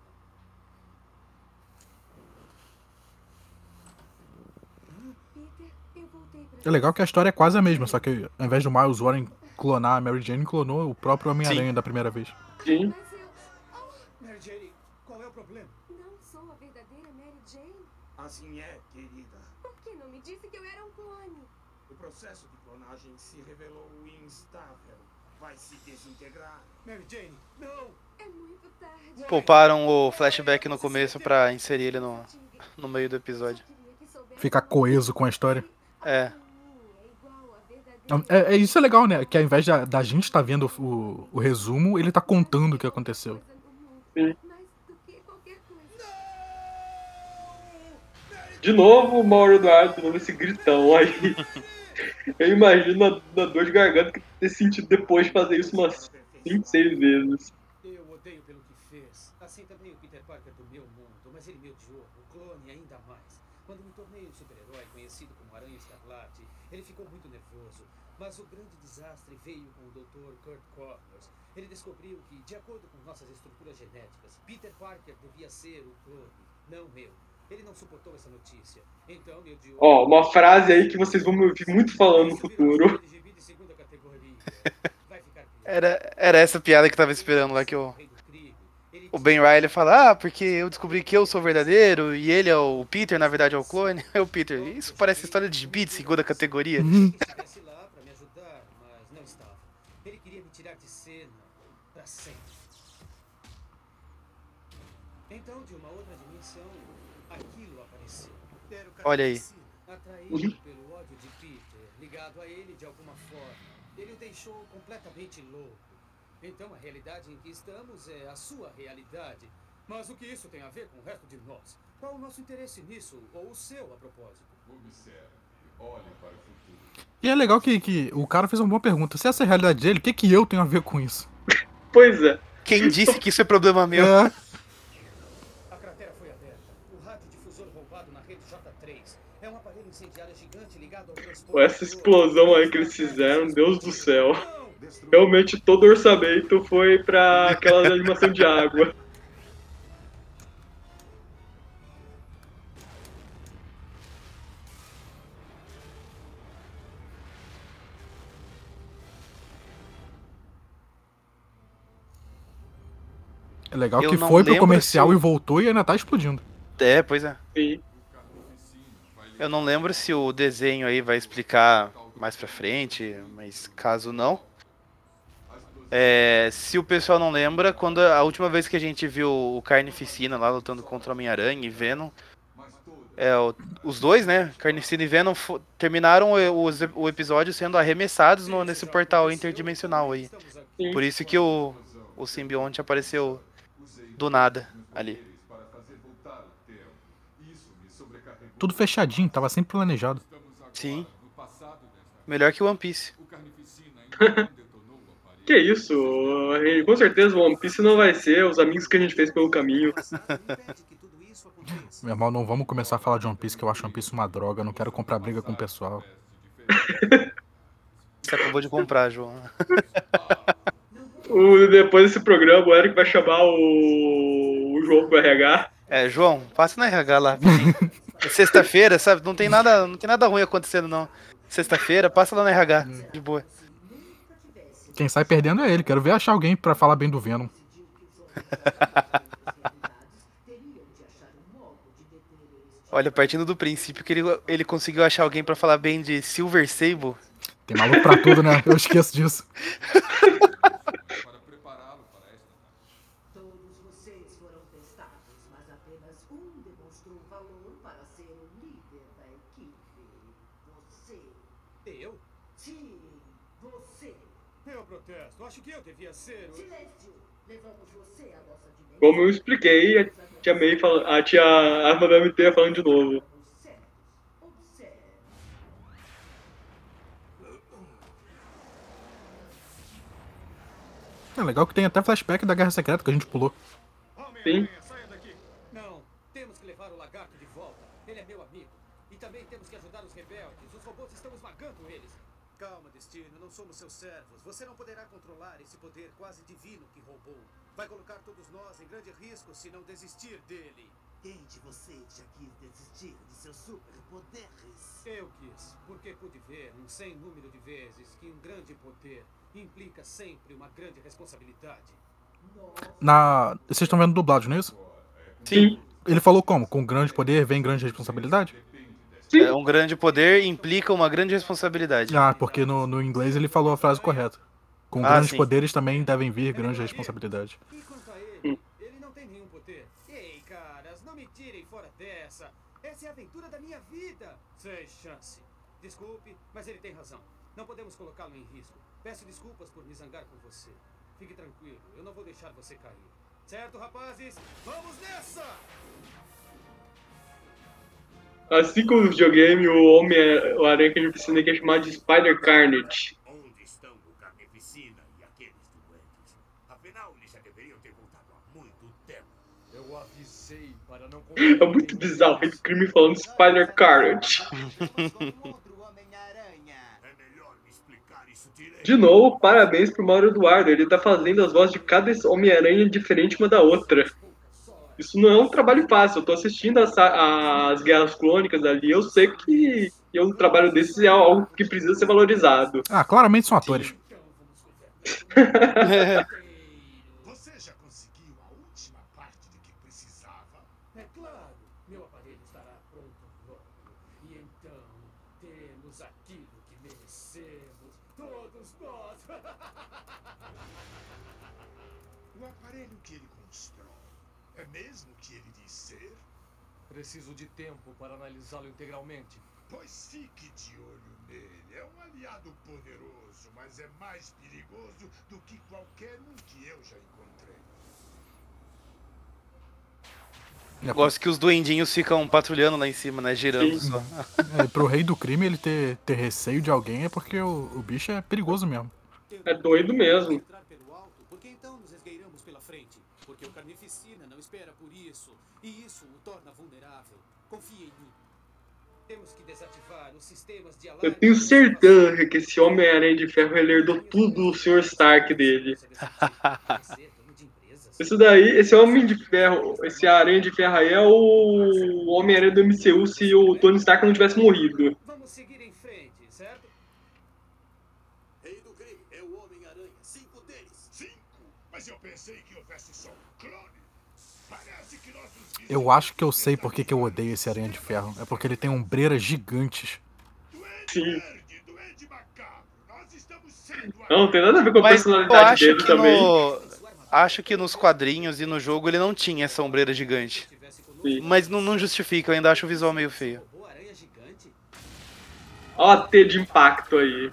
Peter, eu voltei pra... É legal que a história é quase a mesma, só que ao invés do Miles Warren clonar a Mary Jane, clonou o próprio Homem-Aranha da primeira vez. Sim. Mary Jane, qual é o problema? Não sou a verdadeira Mary Jane. Assim é, querida. Por que não me disse que eu era um clone? O processo de clonagem se revelou instável. Vai se desintegrar. Mary Jane, não! É muito tarde. Pouparam o flashback no começo pra inserir ele no meio do episódio. Ficar coeso com a história. É. Isso é legal, né? Que ao invés da gente estar vendo o resumo, ele tá contando o que aconteceu. Sim. De novo o Mauro Eduardo, de novo esse gritão aí. Eu imagino a dor de garganta que ter sentido depois de fazer isso umas 5, 6 vezes. Eu odeio pelo que fez. Assim também o Peter Parker do meu mundo, mas ele me odiou, o clone ainda mais. Quando me tornei um super-herói conhecido como Aranha Escarlate, ele ficou muito nervoso. Mas o grande desastre veio com o Dr. Kurt Connors. Ele descobriu que, de acordo com nossas estruturas genéticas, Peter Parker devia ser o clone, não eu. Ele não suportou essa notícia. Então me odiou. Ó, uma frase aí que vocês vão me ouvir muito falando no futuro. Era essa piada que eu tava esperando lá, que o Ben Reilly fala, porque eu descobri que eu sou verdadeiro e ele é o Peter, na verdade é o clone. É o Peter. Isso parece história de gibi de segunda categoria. Estivesse lá para me ajudar, mas não estava. Ele queria me tirar de cena para sempre. Então, de uma outra dimensão, aquilo apareceu. Olha aí. Atraído pelo ódio de Peter, ligado a ele de alguma forma. Ele o deixou completamente louco. Então a realidade em que estamos é a sua realidade. Mas o que isso tem a ver com o resto de nós? Qual o nosso interesse nisso, ou o seu, a propósito? Observe, olhe para o futuro. E é legal que o cara fez uma boa pergunta. Se essa é a realidade dele, o que eu tenho a ver com isso? Pois é. Quem disse que isso é problema meu? É. A cratera foi aberta. O radiodifusor roubado na rede J3 é um aparelho incendiário gigante ligado ao transporte. Essa explosão aí que eles fizeram, Deus do céu. Realmente todo o orçamento foi pra aquela animação de água. É legal Eu que não foi pro lembro comercial se o- e voltou e ainda tá explodindo. É, pois é. Sim. Eu não lembro se o desenho aí vai explicar mais pra frente, mas caso não. Se o pessoal não lembra, quando a última vez que a gente viu o Carnificina lá lutando contra o Homem-Aranha e Venom, os dois, né, Carnificina e Venom, terminaram o episódio sendo arremessados nesse portal interdimensional aí. Sim. Por isso que o simbionte apareceu do nada ali. Para fazer voltar o tempo. Isso me sobrecarregou. Tudo fechadinho, tava sempre planejado. Sim. Melhor que o One Piece. O Carnificina ainda não detonou o aparelho. Que isso? Com certeza o One Piece não vai ser os amigos que a gente fez pelo caminho. Meu irmão, não vamos começar a falar de One Piece, que eu acho One Piece uma droga. Eu não quero comprar briga com o pessoal. Você acabou de comprar, João. Depois desse programa, o Eric vai chamar o João pro RH. João, passa na RH lá. É sexta-feira, sabe? Não tem nada ruim acontecendo, não. Sexta-feira, passa lá na RH, de boa. Quem sai perdendo é ele. Quero ver achar alguém pra falar bem do Venom. Olha, partindo do princípio que ele conseguiu achar alguém pra falar bem de Silver Sable. Tem maluco pra tudo, né? Eu esqueço disso. Para prepará-lo para esta. Todos vocês foram testados, mas apenas um demonstrou valor para ser o líder da equipe. Você. Eu? Sim, você. Eu protesto. Acho que eu devia ser o... Silêncio. Levamos você à nossa dimensão. Como eu expliquei, a tia Madame T falando de novo. Observe. É legal que tem até flashback da Guerra Secreta que a gente pulou. Sim. Saia daqui. Não, temos que levar o lagarto de volta. Ele é meu amigo. E também temos que ajudar os rebeldes. Os robôs estão esmagando eles. Calma, Destino. Não somos seus servos. Você não poderá controlar esse poder quase divino que roubou. Vai colocar todos nós em grande risco se não desistir dele. Quem de vocês já quis desistir de seus superpoderes? Eu quis, porque pude ver um sem número de vezes que um grande poder implica sempre uma grande responsabilidade. Vocês estão vendo dublado, não é isso? Sim. Ele falou como? Com grande poder vem grande responsabilidade? Sim. Um grande poder implica uma grande responsabilidade. Ah, porque no inglês ele falou a frase correta. Com Ah, grandes sim. poderes também devem vir grande responsabilidade. E quanto a ele não tem nenhum poder. Ei, caras, não me tirem fora dessa. Essa é a aventura da minha vida. Sem chance. Desculpe, mas ele tem razão. Não podemos colocá-lo em risco. Peço desculpas por me zangar com você. Fique tranquilo, eu não vou deixar você cair. Certo, rapazes? Vamos nessa! Assim como no videogame, o Aranha que a gente precisa que é chamado de Spider Carnage. Onde estão o Carnificina e aqueles doentes? Afinal, eles já deveriam ter voltado há muito tempo. Eu avisei para não... É muito bizarro o Rei do Crime falando Spider Carnage. É melhor me explicar isso direito. De novo, parabéns pro Mauro Eduardo. Ele tá fazendo as vozes de cada Homem-Aranha diferente uma da outra. Isso não é um trabalho fácil. Eu tô assistindo as Guerras Clônicas ali. Eu sei que um trabalho desses é algo que precisa ser valorizado. Ah, claramente são atores. Você já conseguiu a última parte de que precisava? É claro. Meu aparelho estará pronto logo. E então, temos aquilo que merecemos. Todos nós. O aparelho que ele constrói é mesmo o que ele diz ser? Preciso de tempo para analisá-lo integralmente. Pois fique de olho nele. É um aliado poderoso, mas é mais perigoso do que qualquer um que eu já encontrei. Gosto que os duendinhos ficam patrulhando lá em cima, né? Girando Sim. só. Pro rei do crime ele ter receio de alguém é porque o bicho é perigoso mesmo. É doido mesmo. Entrar pelo alto, porque então nos esgueiramos pela frente. Porque o Carnificina não espera por isso. E isso o torna vulnerável. Confie em mim. Temos que desativar os sistemas de alarme. Eu tenho certeza que esse Homem-Aranha de Ferro ele herdou tudo do Sr. Stark dele. Isso daí, esse Homem de Ferro, esse Aranha de Ferro aí é o Homem-Aranha do MCU se o Tony Stark não tivesse morrido. Vamos seguir em frente, certo? Rei do crime é o Homem-Aranha. 5 deles. 5? Mas eu pensei que houvesse só um clone. Parece que nossos vizinhos... Eu acho que eu sei por que eu odeio esse Aranha de Ferro. É porque ele tem ombreiras gigantes. Sim. Duende macabro, nós estamos sendo... Não tem nada a ver com a Mas eu personalidade acho dele que também. acho que nos quadrinhos e no jogo ele não tinha essa ombreira gigante. Sim. Mas não justifica, eu ainda acho o visual meio feio. Ó a T de impacto aí.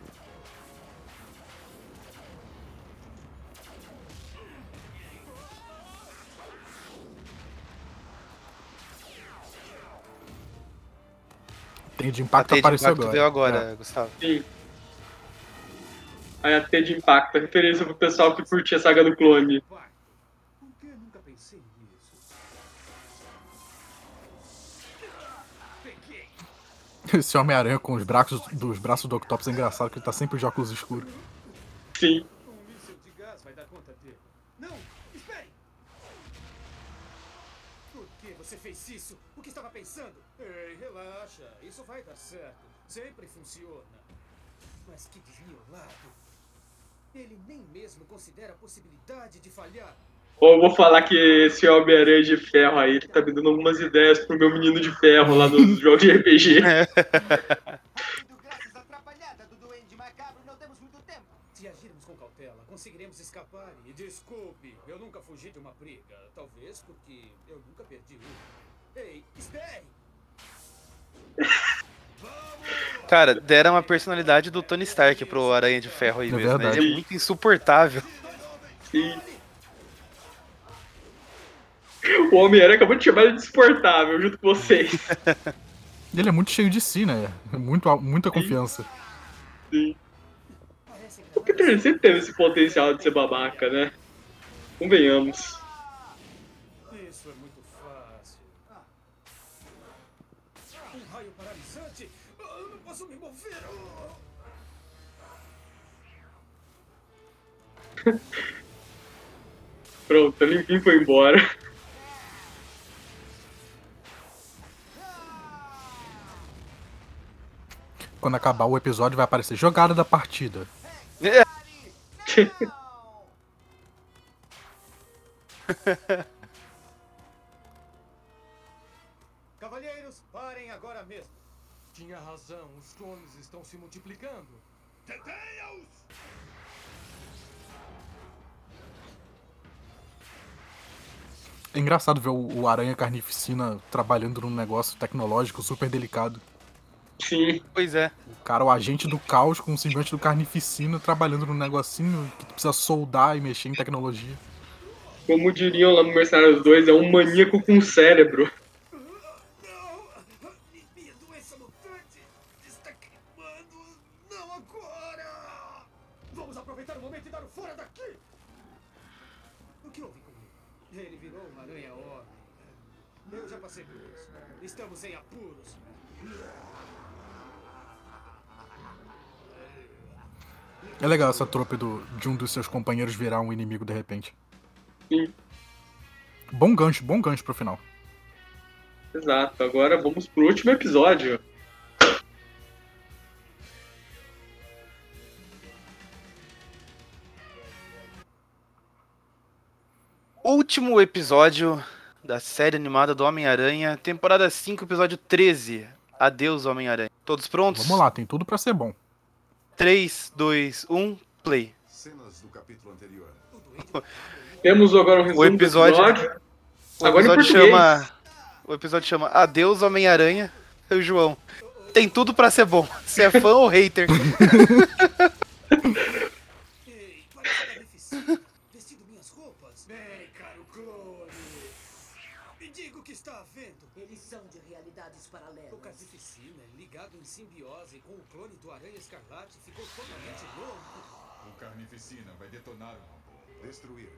Tem de A impacto T de apareceu impacto agora. veio agora, Gustavo. Sim. Aí a T de impacto, referência pro pessoal que curtia a saga do clone. Por que nunca pensei nisso? Peguei. Esse Homem-Aranha com os braços do Octopus é engraçado, que ele tá sempre de óculos escuros. Sim. Um míssil de gás vai dar conta dele. Não, espere! Por que você fez isso? O que estava pensando? Ei, relaxa. Isso vai dar certo. Sempre funciona. Mas que desmiolado. Ele nem mesmo considera a possibilidade de falhar. Ou eu vou falar que esse Homem-Aranha de Ferro aí tá me dando algumas ideias pro meu menino de ferro lá nos jogos de RPG. Graças à atrapalhada do Duende Macabro, não temos muito tempo. Se agirmos com cautela, conseguiremos escapar. E desculpe, eu nunca fugi de uma briga. Talvez porque eu nunca perdi uma. Ei, espere! Cara, deram a personalidade do Tony Stark pro Aranha de Ferro aí É mesmo. Né? verdade. Ele é muito insuportável. Sim. O Homem-Aranha acabou de chamar ele de insuportável junto com vocês. Ele é muito cheio de si, né? Muita confiança. Sim. O Peter ele sempre teve esse potencial de ser babaca, né? Convenhamos. Isso é muito fácil. Um raio paralisante? Eu não posso me mover. Pronto, ele enfim foi embora. Quando acabar o episódio vai aparecer jogada da partida. Cavalheiros, parem agora mesmo. Tinha razão, os clones estão se multiplicando. Detenha-os! É engraçado ver o Aranha Carnificina trabalhando num negócio tecnológico super delicado. Sim. Pois é. O cara, o agente do caos com o simbionte do Carnificina trabalhando num negocinho que tu precisa soldar e mexer em tecnologia. Como diriam lá no Mercenários 2, é um maníaco com cérebro. Minha doença mutante está queimando. Não agora! Vamos aproveitar o momento e dar o fora daqui! O que houve com ele? Ele virou uma aranha-homem. Eu já passei por isso. Estamos em apuros. É legal essa trope de um dos seus companheiros virar um inimigo de repente. Sim. Bom gancho pro final. Exato, agora vamos pro último episódio. Último episódio da série animada do Homem-Aranha, temporada 5, episódio 13. Adeus, Homem-Aranha. Todos prontos? Vamos lá, tem tudo pra ser bom. 3, 2, 1, play. Cenas do capítulo anterior. Temos agora um resumo O episódio, do episódio. Agora em português. O episódio chama Adeus, Homem-Aranha. O João. Tem tudo pra ser bom. Se é fã ou hater. Ei, parece a Carnificina, vestindo minhas roupas. Bem, caro clone, me diga o que está havendo. Eles são de realidades paralelas. O Carnificina, ligado em simbiose com o clone do Aranha Escarlate, ficou totalmente louco. O Carnificina vai detonar uma bomba. Destruir.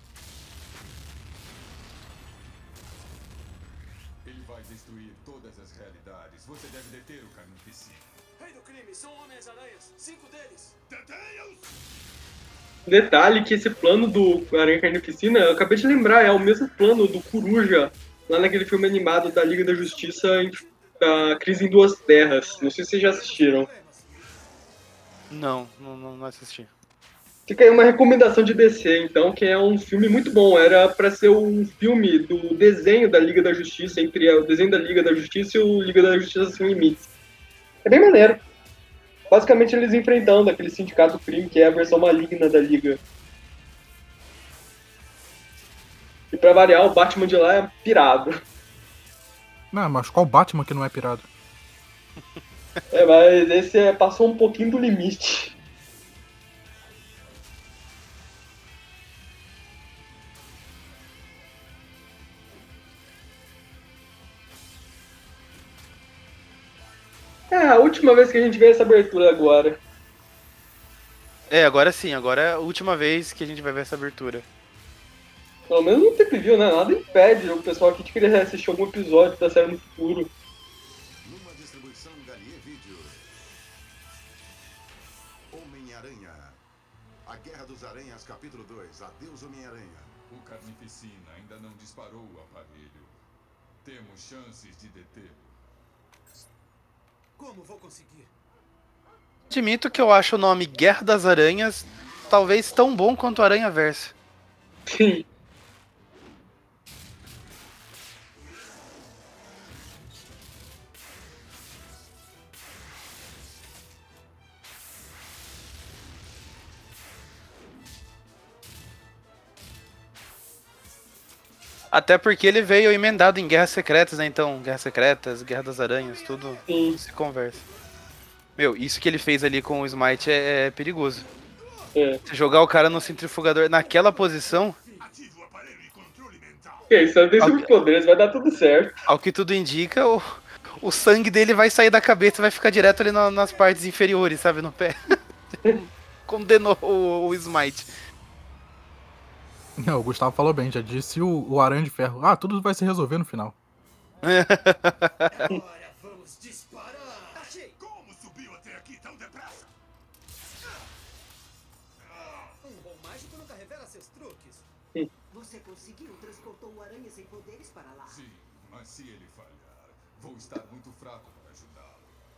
Ele vai destruir todas as realidades. Você deve deter o Carnificina. Rei do crime, são Homens-Aranhas, 5 deles. Detenha-os! Detalhe que esse plano do Aranha Carnificina, eu acabei de lembrar, é o mesmo plano do Coruja, lá naquele filme animado da Liga da Justiça, da Crise em Duas Terras. Não sei se vocês já assistiram. Não assisti. Fica aí uma recomendação de DC, então, que é um filme muito bom. Era pra ser um filme do desenho da Liga da Justiça, entre o desenho da Liga da Justiça e o Liga da Justiça Sem Limites. É bem maneiro. Basicamente eles enfrentando aquele sindicato crime, que é a versão maligna da Liga. E pra variar, o Batman de lá é pirado. Não, mas qual Batman que não é pirado? É, mas esse passou um pouquinho do limite. É a última vez que a gente vê essa abertura agora. Agora sim, agora é a última vez que a gente vai ver essa abertura. Pelo menos não tem preview, né? Nada impede o pessoal aqui de querer assistir algum episódio da série no futuro. Numa distribuição Galier Video. Homem-Aranha. A Guerra dos Aranhas, capítulo 2. Adeus, Homem-Aranha. O Carnificina ainda não disparou o aparelho. Temos chances de detê-lo. Como vou conseguir? Admito que eu acho o nome Guerra das Aranhas talvez tão bom quanto Aranha Verso. Sim. Até porque ele veio emendado em Guerras Secretas, né? Então, Guerras Secretas, Guerra das Aranhas, tudo se conversa. Meu, isso que ele fez ali com o Smite é perigoso. Se jogar o cara no centrifugador naquela posição... Isso não tem superpoderes, vai dar tudo certo. Ao que tudo indica, o sangue dele vai sair da cabeça e vai ficar direto ali nas partes inferiores, sabe? No pé. Condenou o Smite. Não, o Gustavo falou bem, já disse o Aranha de Ferro. Ah, tudo vai se resolver no final. Agora vamos disparar. Achei. Como subiu até aqui tão depressa? Um bom mágico nunca revela seus truques. Você conseguiu? Transportou o Aranha sem poderes para lá. Sim, mas se ele falhar, vou estar muito fraco para ajudá-lo.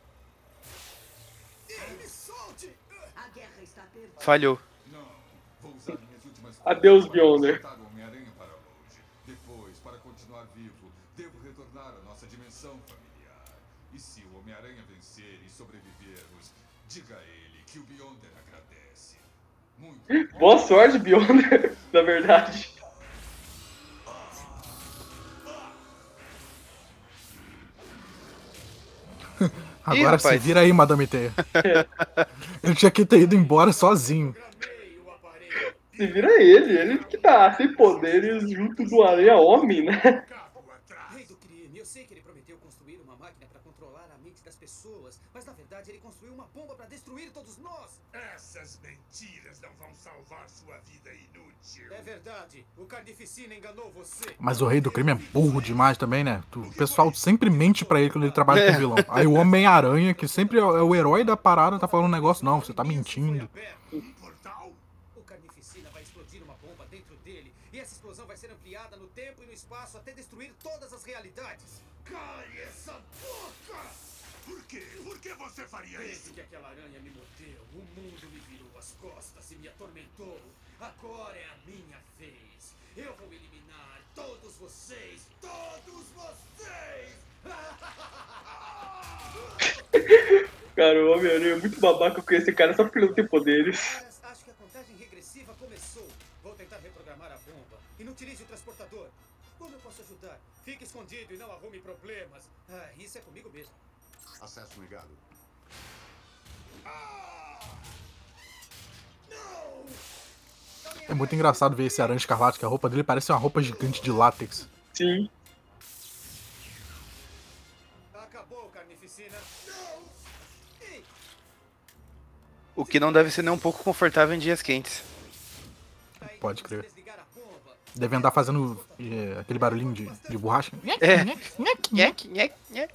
Ei, me solte! A guerra está perdida. Falhou. Não, vou usar minhas últimas Adeus, Beyonder. para o Homem-Aranha para longe. Depois, para continuar vivo, devo retornar à nossa dimensão familiar. E se o Homem-Aranha vencer e sobrevivermos, diga a ele que o Beyonder agradece. Muito. Boa sorte, Beyonder, na verdade. Agora se vira aí, Madame Teia. Ele tinha que ter ido embora sozinho. Se vira ele que tá sem poderes junto do Aranha Homem, né? Rei do crime, eu sei que ele prometeu construir uma máquina para controlar a mente das pessoas, mas na verdade ele construiu uma bomba para destruir todos nós. Essas mentiras não vão salvar sua vida inútil. É verdade, o Carnificina enganou você. Mas o Rei do Crime é burro demais também, né? O pessoal sempre mente pra ele quando ele trabalha com vilão. Aí o Homem-Aranha, que sempre é o herói da parada, tá falando um negócio. Não, você tá mentindo. O Carnificina vai explodir uma bomba dentro dele, e essa explosão vai ser ampliada no tempo e no espaço até destruir todas as realidades. Cale essa boca! Por quê? Por que você faria Desde isso? que aquela aranha me mordeu, o mundo me virou as costas e me atormentou. Agora é a minha vez. Eu vou eliminar todos vocês! Todos vocês! Cara, o Homem-Aranha é muito babaca com esse cara só porque ele não tem poderes. Acho que a contagem regressiva começou. Vou tentar reprogramar a bomba. Inutilize o transportador. Como eu posso ajudar? Fique escondido e não arrume problemas. Ah, isso é comigo mesmo. Acesso negado. É muito engraçado ver esse Aranha Escarlate, que a roupa dele parece uma roupa gigante de látex. Sim. Acabou, Carnificina. O que não deve ser nem um pouco confortável em dias quentes. Pode crer. Deve andar fazendo aquele barulhinho de borracha. É. Nhec, nhec, nhec.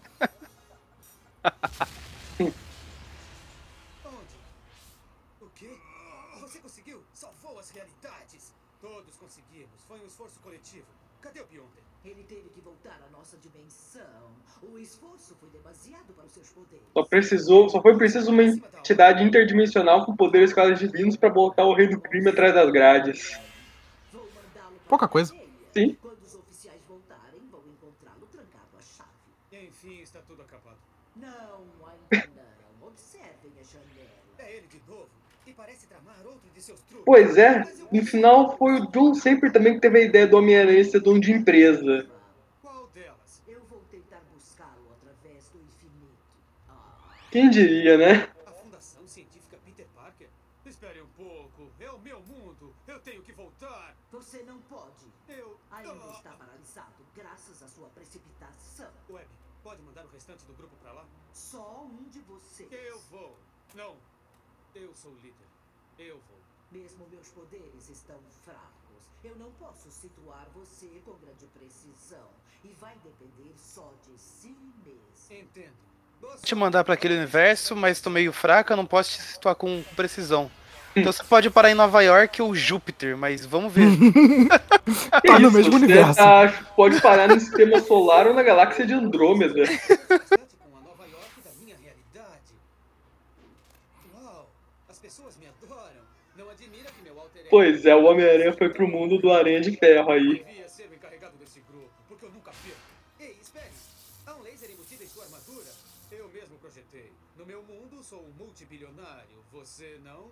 O quê? Você conseguiu? Salvou as realidades. Todos conseguimos. Foi um esforço coletivo. Cadê o Beyonder? Ele teve que voltar à nossa dimensão. O esforço foi demasiado para os seus poderes. Só foi preciso uma entidade interdimensional com poderes quase divinos pra botar o rei do crime atrás das grades. Pouca coisa. Sim. Quando os oficiais voltarem, vão encontrá-lo trancado à chave. Enfim, está tudo acabado. Não, ainda não. Observem a janela. É ele de novo. E parece tramar outro de seus truques. Pois é, no final foi o John Semper também que teve a ideia do Homem-Aranha ser dono de empresa. Qual delas? Eu vou tentar buscá-lo através do infinito. Quem diria, né? A Fundação Científica Peter Parker? Espere um pouco. É o meu mundo. Eu tenho que voltar. Você não pode. Eu... Ainda está paralisado, graças à sua precipitação. Web, pode mandar o restante do grupo pra lá? Só um de vocês. Eu vou. Não. Eu sou o líder. Eu vou. Mesmo meus poderes estão fracos. Eu não posso situar você com grande precisão. E vai depender só de si mesmo. Entendo. Vou te mandar pra aquele universo, mas tô meio fraca, não posso te situar com precisão. Então você pode parar em Nova York ou Júpiter, mas vamos ver. Tá no mesmo universo. Pode parar no sistema solar ou na galáxia de Andrômeda. Com a Nova York da minha realidade. Uau, as pessoas me adoram. Não admira que meu alter ego... Pois é, o Homem-Aranha foi pro mundo do Aranha de Ferro aí. Devia ser o encarregado desse grupo, porque eu nunca perco. Ei, espere. Há um laser embutido em sua armadura? Eu mesmo projetei. No meu mundo, sou um multibilionário. Você não?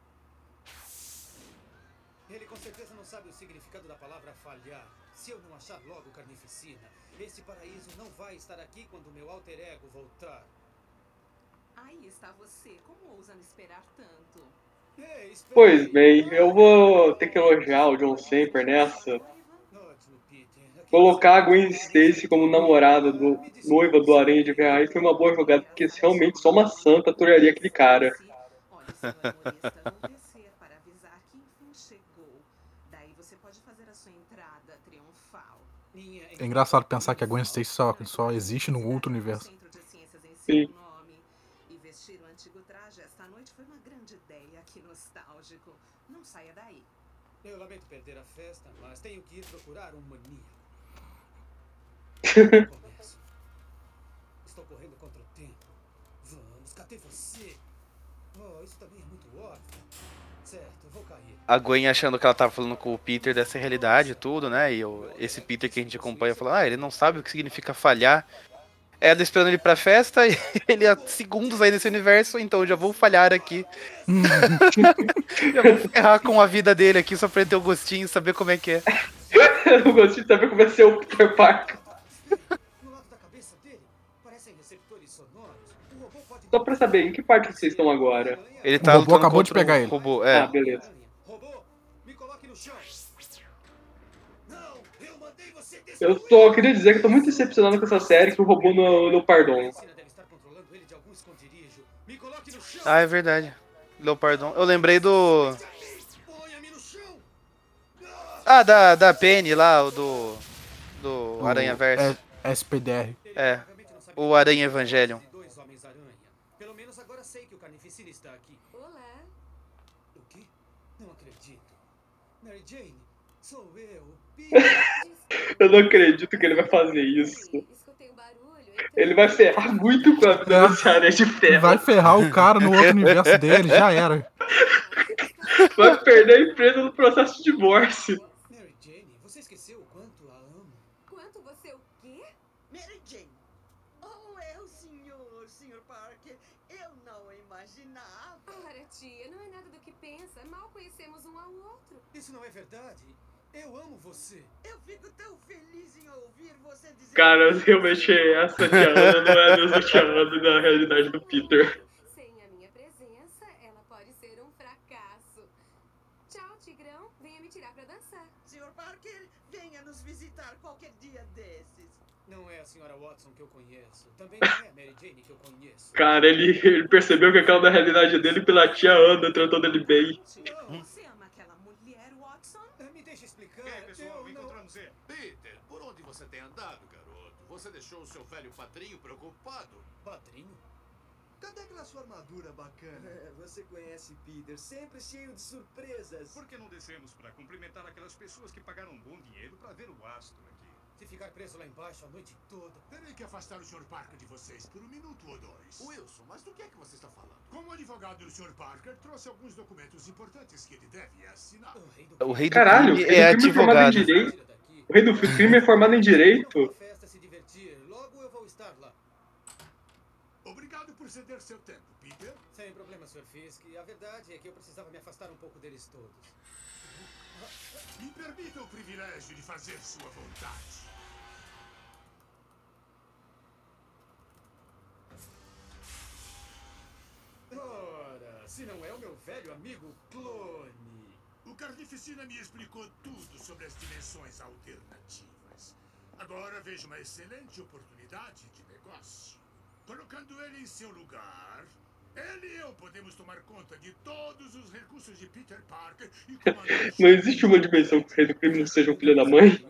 Ele com certeza não sabe o significado da palavra falhar. Se eu não achar logo Carnificina, esse paraíso não vai estar aqui quando meu alter ego voltar. Aí está você. Como ousa me esperar tanto? Ei, espere. Pois bem, eu vou ter que elogiar o John Semper nessa. Ótimo, Peter. Colocar a Gwen Stacy como namorada noiva do Aranha de Ferro aí foi uma boa jogada, porque realmente só uma santa aturaria aquele cara. Olha, senhor humorista, vou descer para avisar que enfim chegou. Daí você pode fazer a sua entrada triunfal. É engraçado pensar que a Gwen Stacy só existe no outro universo. Centro de ciências em Sim. seu nome. E vestir o antigo traje esta noite foi uma grande ideia. Que nostálgico. Não saia daí. Eu lamento perder a festa, mas tenho que ir procurar um maníaco. Começo. Estou correndo contra o tempo. Vamos, cadê você? Oh, isso também é muito óbvio. Certo, eu vou cair. A Gwen achando que ela tava falando com o Peter dessa realidade e tudo, né? E esse Peter que a gente acompanha falando, ele não sabe o que significa falhar. Ela esperando ele pra festa e ele há segundos aí nesse universo, então eu já vou falhar aqui. Já vou ferrar com a vida dele aqui só pra ele ter o gostinho, saber como é que é. O gostinho de saber como vai ser o Peter Parker. No lado da cabeça dele, parecem receptores sonoros. O robô pode... Só pra saber, em que parte vocês estão agora? Ele O tá robô lutando acabou de contra pegar o ele. Robô, é. Ah, beleza. Robô, me coloque no chão. Não, eu mandei você Eu só queria dizer que eu tô muito decepcionado com essa série, que o robô no Pardon. deve estar controlando ele de algum esconderijo. Me coloque no chão. Ah, é verdade. Leopardon. Eu lembrei do... Ponha-me no chão. Ah, da Penny lá, o do Aranha Verso. SPDR. É, o Aranha Evangelion. Dois Homens-Aranha. Pelo menos agora sei que o Carnificina está aqui. Olá. O quê? Não acredito. Mary Jane, sou eu, Peter. Eu não acredito que ele vai fazer isso. Escutei um barulho. Ele vai ferrar muito com a vida desse Aranha de Ferro. Vai ferrar o cara no outro universo dele, já era. Vai perder a empresa no processo de divórcio. Mary Jane, você esqueceu o quanto a amo? Quanto você o quê? Mary Jane. Oh, é o senhor Parker. Eu não imaginava. Ora, tia, não é nada do que pensa. Mal conhecemos um ao outro. Isso não é verdade. Eu amo você. Eu fico tão feliz em ouvir você dizer... Cara, realmente essa tia Ana não é a mesma tia Ana na realidade do Peter. Sem a minha presença, ela pode ser um fracasso. Tchau, Tigrão. Venha me tirar pra dançar. Sr. Parker, venha nos visitar qualquer dia desses. Não é a senhora Watson que eu conheço. Também não é a Mary Jane que eu conheço. Cara, ele percebeu que aquela da realidade dele pela tia Ana tratando ele bem. Você ama aquela mulher, Watson? Me deixa explicar. Ei, pessoal, Eu não... encontramos ele. Peter, por onde você tem andado, garoto? Você deixou o seu velho padrinho preocupado? Padrinho? Cadê aquela sua armadura bacana? Você conhece Peter, sempre cheio de surpresas. Por que não descemos para cumprimentar aquelas pessoas que pagaram um bom dinheiro para ver o astro aqui? Se ficar preso lá embaixo a noite toda... Terei que afastar o Sr. Parker de vocês por 1 minuto ou 2. Wilson, mas do que é que você está falando? Como advogado do Sr. Parker, trouxe alguns documentos importantes que ele deve assinar. O rei do Caralho, crime o rei é do crime é formado em advogado. direito. O rei do crime é formado em direito. Festa se divertir. Logo eu vou estar lá. Obrigado por ceder seu tempo, Peter. Sem problema, Sr. Fisk. A verdade é que eu precisava me afastar um pouco deles todos. Me permita o privilégio de fazer sua vontade. Ora, se não é o meu velho amigo Clone. O Carnificina me explicou tudo sobre as dimensões alternativas. Agora vejo uma excelente oportunidade de negócio. Colocando ele em seu lugar, ele e eu podemos tomar conta de todos os recursos de Peter Parker e comandar... Não existe uma dimensão que o rei do crime não seja um filho da mãe.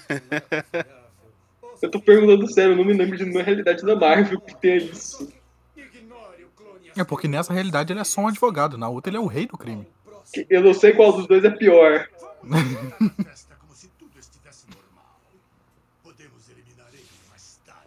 Eu tô perguntando sério, eu não me lembro de nenhuma realidade da Marvel que tenha isso. É porque nessa realidade ele é só um advogado, na outra ele é o rei do crime. Eu não sei qual dos dois é pior. Festa como se tudo estivesse normal. Podemos eliminar ele mais tarde.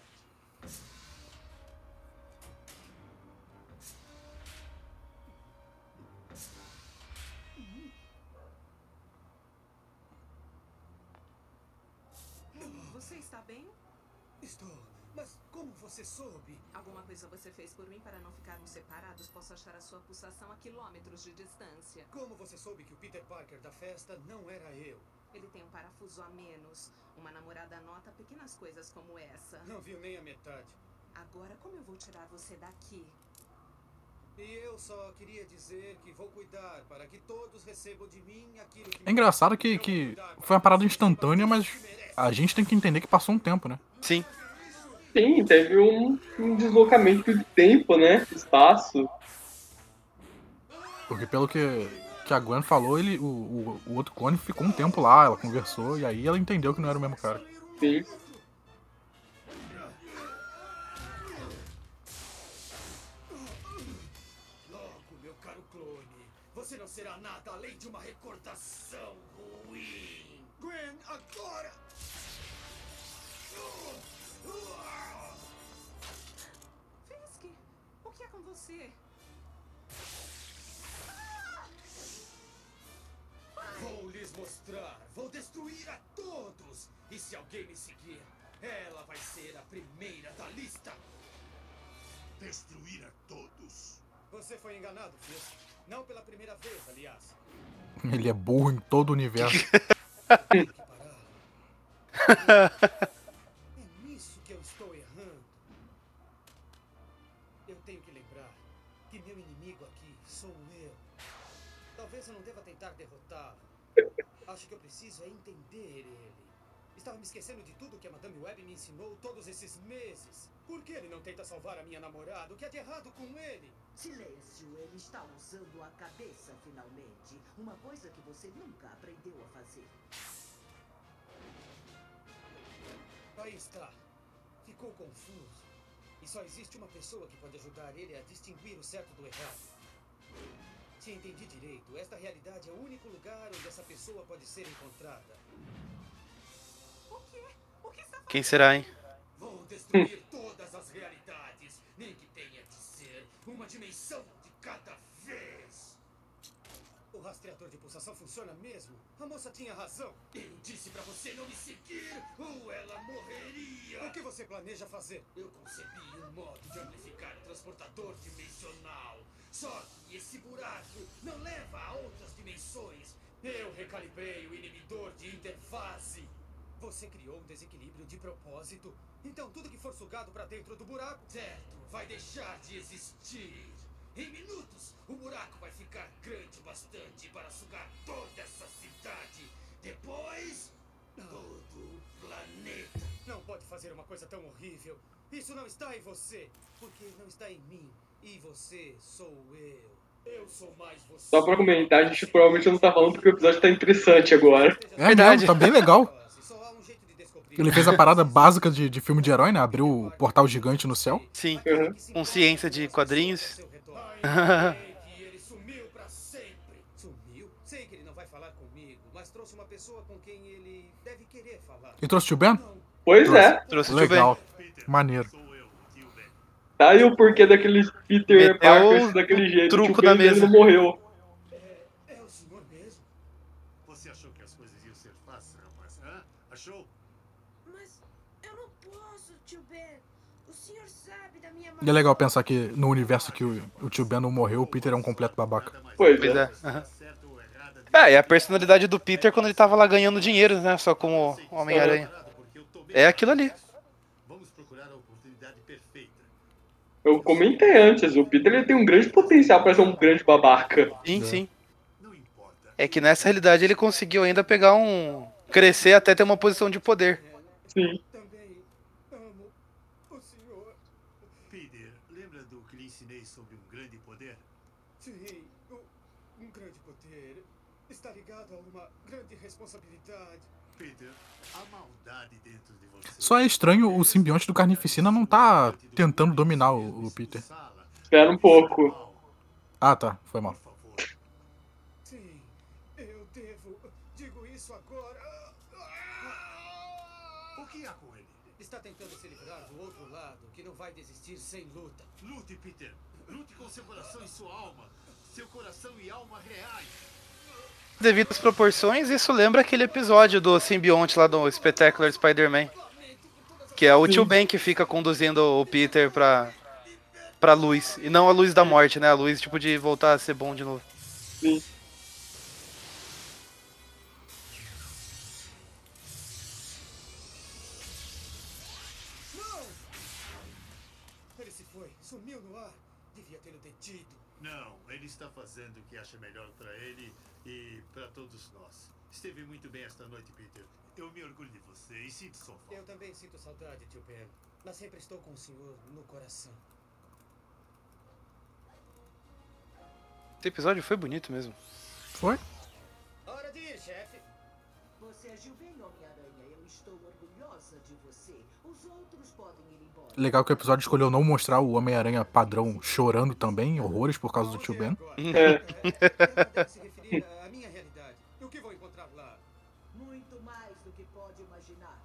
Você está bem? Estou. Mas como você soube? Alguma coisa você fez por mim para não ficarmos separados? Posso achar a sua pulsação a quilômetros de distância. Como você soube que o Peter Parker da festa não era eu? Ele tem um parafuso a menos. Uma namorada nota pequenas coisas como essa. Não viu nem a metade. Agora, como eu vou tirar você daqui? E eu só queria dizer que vou cuidar para que todos recebam de mim aquilo que... É engraçado que foi uma parada instantânea, mas a gente tem que entender que passou um tempo, né? Sim. Sim, teve um deslocamento de tempo, né? Espaço. Porque pelo que a Gwen falou, o outro clone ficou um tempo lá, ela conversou, e aí ela entendeu que não era o mesmo cara. Sim. Logo, meu caro clone, você não será nada além de uma recordação ruim. Gwen, agora! Fisk, o que é com você? Vou lhes mostrar, vou destruir a todos. E se alguém me seguir, ela vai ser a primeira da lista. Destruir a todos. Você foi enganado, Fisk. Não pela primeira vez, aliás. Ele é burro em todo o universo. É nisso que eu estou errando. Eu tenho que lembrar que meu inimigo aqui sou eu. Talvez eu não deva tentar derrotá-lo. Acho que eu preciso é entender ele. Estava me esquecendo de tudo que a Madame Web me ensinou todos esses meses. Por que ele não tenta salvar a minha namorada? O que há de errado com ele? Silêncio, ele está usando a cabeça finalmente. Uma coisa que você nunca aprendeu a fazer. Aí está. Ficou confuso. E só existe uma pessoa que pode ajudar ele a distinguir o certo do errado. Se entendi direito, esta realidade é o único lugar onde essa pessoa pode ser encontrada. O quê? O que está fazendo? Quem será, hein? Vou destruir todas as realidades, nem que tenha de ser uma dimensão de cada vez. O rastreador de pulsação funciona mesmo? A moça tinha razão. Eu disse pra você não me seguir ou ela morreria. O que você planeja fazer? Eu concebi um modo de amplificar o transportador dimensional. Só que esse buraco não leva a outras dimensões. Eu recalibrei o inibidor de interface. Você criou um desequilíbrio de propósito. Então tudo que for sugado pra dentro do buraco, certo, vai deixar de existir. Em minutos, o buraco vai ficar grande bastante para sugar toda essa cidade. Depois, todo o planeta. Não pode fazer uma coisa tão horrível. Isso não está em você, porque não está em mim. E você sou eu. Eu sou mais você. Só pra comentar, a gente provavelmente não tá falando porque o episódio tá interessante agora. É verdade, tá bem legal. Ele fez a parada básica de filme de herói, né? Abriu o portal gigante no céu. Sim, com ciência de quadrinhos. Ele sumiu pra sempre. Sumiu? Sei que ele não vai falar comigo, mas trouxe uma pessoa com quem ele deve querer falar. E trouxe o Tio Ben? Pois é. Trouxe o Tio Ben. Legal. Maneiro. Tá aí o porquê daquele Peter Meteu Parker daquele jeito. truco O tio da Ben dele mesa. não morreu. É o senhor mesmo? Você achou que as coisas iam ser fáceis, rapaz? Hã? Achou? Mas eu não posso, tio Ben. O senhor sabe da minha E é legal pensar que no universo que o Tio Ben não morreu, o Peter é um completo babaca. Pois Pois é. é. aham. É, e a personalidade do Peter quando ele tava lá ganhando dinheiro, né? Só como Homem-Aranha. É aquilo ali. Vamos procurar a oportunidade perfeita. Eu comentei antes, o Peter ele tem um grande potencial pra ser um grande babaca. Sim, sim. É que nessa realidade ele conseguiu ainda pegar um. Crescer até ter uma posição de poder. Sim. Também amo o senhor. Peter, lembra do que lhe ensinei sobre um grande poder? Sim, um grande poder está ligado a uma grande responsabilidade. Peter, a maldade dentro de você. Só é estranho o simbionte do Carnificina não tá tentando dominar o Peter. Espera um pouco. Ah, tá. Foi mal. Sim, eu devo. Digo isso agora. O que há com ele? Está tentando se livrar do outro lado, que não vai desistir sem luta. Lute, Peter. Lute com seu coração e sua alma. Seu coração e alma reais. Devido às proporções, isso lembra aquele episódio do simbionte lá do Spectacular Spider-Man. Que é o Tio Ben que fica conduzindo o Peter pra luz. E não a luz da morte, né? A luz tipo de voltar a ser bom de novo. Sim. Ele se foi, sumiu no ar. Devia tê-lo detido. Não, ele está fazendo o que acha melhor para ele e para todos nós. Esteve muito bem esta noite, Peter. Eu me orgulho de você e sinto sua falta. Eu também sinto saudade, tio Ben. Mas sempre estou com o senhor no coração. Esse episódio foi bonito mesmo. Foi? Hora de ir, chefe. Você agiu bem, Homem-Aranha. Eu estou orgulhosa de você. Os outros podem ir embora. Legal que o episódio escolheu não mostrar o Homem-Aranha padrão chorando também, horrores por causa do Tio Ben. Deve se referir à minha realidade. O que vou encontrar lá? Muito mais do que pode imaginar.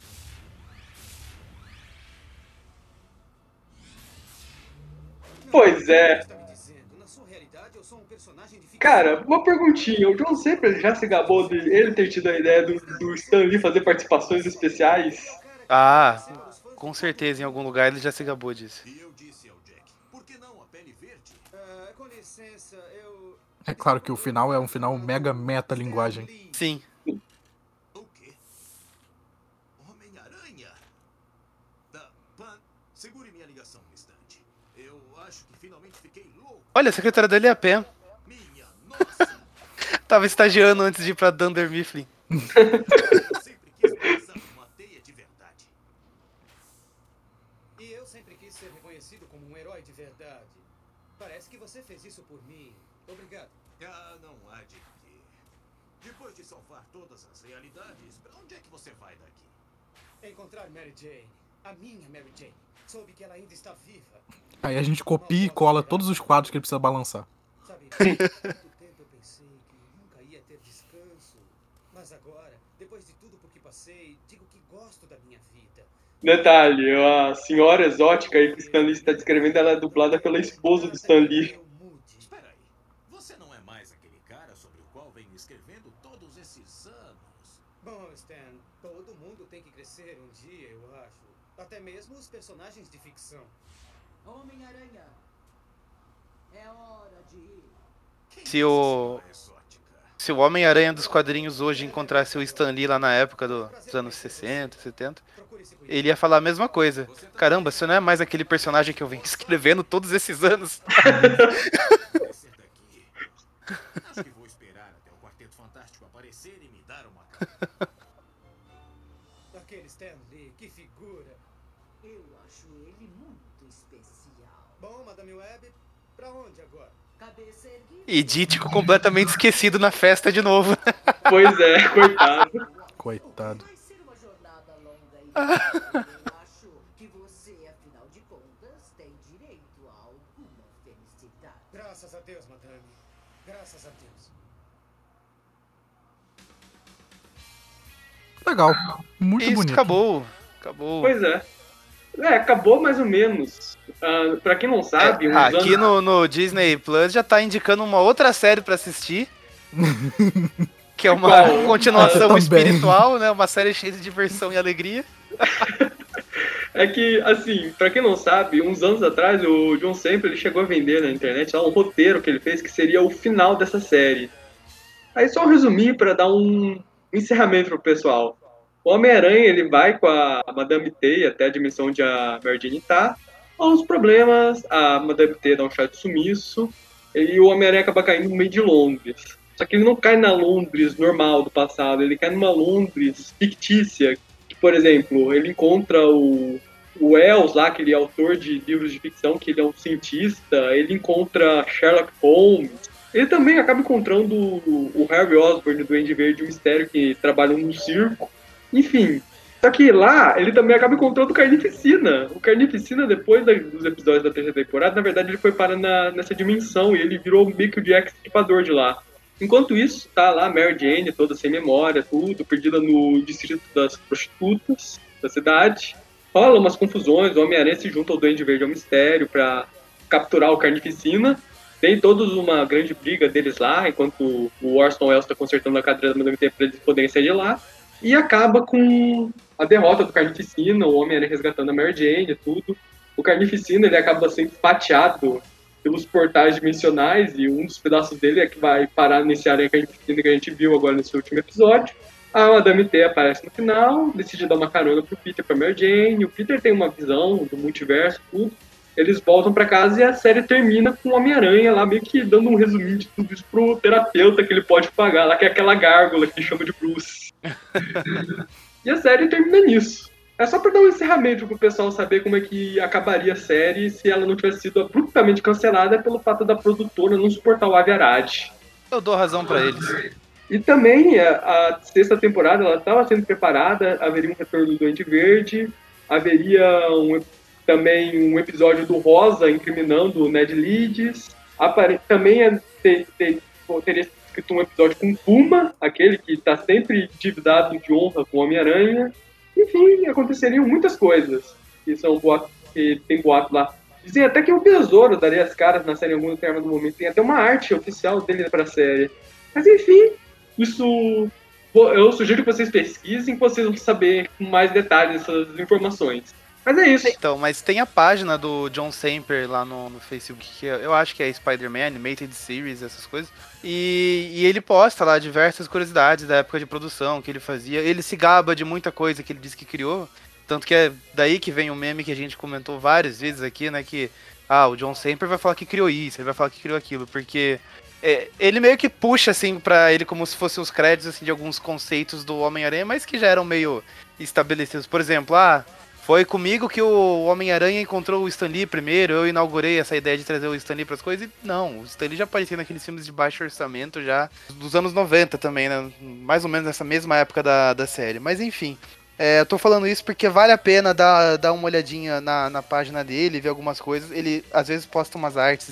Pois é. Está me dizendo, na sua realidade eu sou um personagem de ficção. Cara, uma perguntinha. O John sempre já se gabou de ele ter tido a ideia do Stan Lee fazer participações especiais? Ah, com certeza em algum lugar ele já se gabou disso. E eu disse ao Jack, por que não a pele verde? Com licença, eu... É claro que o final é um final mega meta-linguagem. Sim. O quê? Homem-Aranha? Pan, segure minha ligação um instante. Eu acho que finalmente fiquei louco. Olha, a secretária dele é a Pam. Minha nossa! Tava estagiando antes de ir pra Dunder Mifflin. Eu sempre quis pensar numa teia de verdade. E eu sempre quis ser reconhecido como um herói de verdade. Parece que você fez isso por mim. Obrigado. Ah, não há de quê. Depois de salvar todas as realidades, pra onde é que você vai daqui? Encontrar Mary Jane. A minha Mary Jane. Soube que ela ainda está viva. Aí a gente copia e cola todos os quadros que ele precisa balançar. Sabe, tanto tempo eu pensei que nunca ia ter descanso. Mas agora, depois de tudo por que passei, digo que gosto da minha vida. Detalhe, a senhora exótica aí que o Stan Lee está descrevendo, ela é dublada pela esposa do Stan Lee. Espera aí. Você não é mais aquele cara sobre o qual venho escrevendo todos esses anos. Bom, Stan, todo mundo tem que crescer um dia, eu acho. Até mesmo os personagens de ficção. Homem-Aranha, é hora de ir. Se se o Homem-Aranha dos quadrinhos hoje encontrasse o Stan Lee lá na época dos anos 60, 70, ele ia falar a mesma coisa. Caramba, você não é mais aquele personagem que eu venho escrevendo todos esses anos. Acho que vou esperar até o Quarteto Fantástico aparecer e me dar uma cara. Aquele Stan Lee, que figura. Eu acho ele muito especial. Bom, Madame Web, pra onde agora? Cabeça erguida. E Dítico completamente esquecido na festa de novo. Pois é, coitado. Coitado. Vai ser uma jornada longa e eu acho que você, afinal de contas, tem direito a alguma felicidade. Graças a Deus, Madame. Graças a Deus. Legal. Muito Isso, bonito. acabou. Pois é. Acabou mais ou menos. Pra quem não sabe, uns aqui anos... no Disney Plus já tá indicando uma outra série pra assistir. Que é uma Qual? continuação Também. espiritual, né? Uma série cheia de diversão e alegria. É que, assim, pra quem não sabe, uns anos atrás o John Semper ele chegou a vender na internet lá um roteiro que ele fez que seria o final dessa série. Aí só resumir pra dar um encerramento pro pessoal. O Homem-Aranha ele vai com a Madame Teia até a dimensão onde a Mary Jane tá. Os problemas, a Madame Teia dá um chá de sumiço e o Homem-Aranha acaba caindo no meio de Londres. Só que ele não cai na Londres normal do passado, ele cai numa Londres fictícia. Que, por exemplo, ele encontra o Wells lá, aquele autor de livros de ficção, que ele é um cientista, ele encontra Sherlock Holmes. Ele também acaba encontrando o Harry Osborn do Duende Verde e o Mistério, que trabalham no circo. Enfim, só que lá ele também acaba encontrando o Carnificina. O Carnificina, depois dos episódios da terceira temporada, na verdade ele foi parar nessa dimensão e ele virou meio que o Jack Stripador de lá. Enquanto isso, tá lá a Mary Jane, toda sem memória, tudo, perdida no distrito das prostitutas da cidade. Rola umas confusões, o Homem-Aranha se junta ao Duende Verde e ao Mistério pra capturar o Carnificina. Tem todos uma grande briga deles lá, enquanto o Orson Welles tá consertando a cadeira da Madame Teia pra eles poderem sair de lá. E acaba com a derrota do Carnificina, o Homem-Aranha resgatando a Mary Jane e tudo. O Carnificina ele acaba sendo fatiado pelos portais dimensionais e um dos pedaços dele é que vai parar nesse Aranha Carnificina que a gente viu agora nesse último episódio. A Madame Teia aparece no final, decide dar uma carona pro Peter e pra Mary Jane. O Peter tem uma visão do multiverso tudo. Eles voltam pra casa e a série termina com o Homem-Aranha lá meio que dando um resuminho de tudo isso pro terapeuta que ele pode pagar lá, que é aquela gárgula que ele chama de Bruce. E a série termina nisso. É só pra dar um encerramento pro pessoal saber como é que acabaria a série se ela não tivesse sido abruptamente cancelada pelo fato da produtora não suportar o Avi Arad. Eu dou razão pra eles. E também a sexta temporada ela estava sendo preparada, haveria um retorno do Duende Verde, haveria também um episódio do Rosa incriminando o Ned Leeds, também teria escrito um episódio com o Puma, aquele que está sempre endividado de honra com o Homem-Aranha. Enfim, aconteceriam muitas coisas que tem boato lá. Dizem até que o Besouro daria as caras na série em algum determinado momento. Tem até uma arte oficial dele pra série. Mas enfim, isso eu sugiro que vocês pesquisem, que vocês vão saber com mais detalhes essas informações. Mas é isso. Então, mas tem a página do John Semper lá no Facebook, que eu acho que é Spider-Man, Animated Series, essas coisas. E ele posta lá diversas curiosidades da época de produção que ele fazia. Ele se gaba de muita coisa que ele disse que criou. Tanto que é daí que vem o meme que a gente comentou várias vezes aqui, né? Que o John Semper vai falar que criou isso, ele vai falar que criou aquilo, porque ele meio que puxa, assim, pra ele como se fossem os créditos, assim, de alguns conceitos do Homem-Aranha, mas que já eram meio estabelecidos. Por exemplo, foi comigo que o Homem-Aranha encontrou o Stan Lee primeiro, eu inaugurei essa ideia de trazer o Stan Lee pras coisas, e não, o Stan Lee já aparecia naqueles filmes de baixo orçamento já dos anos 90 também, né? Mais ou menos nessa mesma época da série. Mas enfim, eu tô falando isso porque vale a pena dar uma olhadinha na página dele, ver algumas coisas. Ele às vezes posta umas artes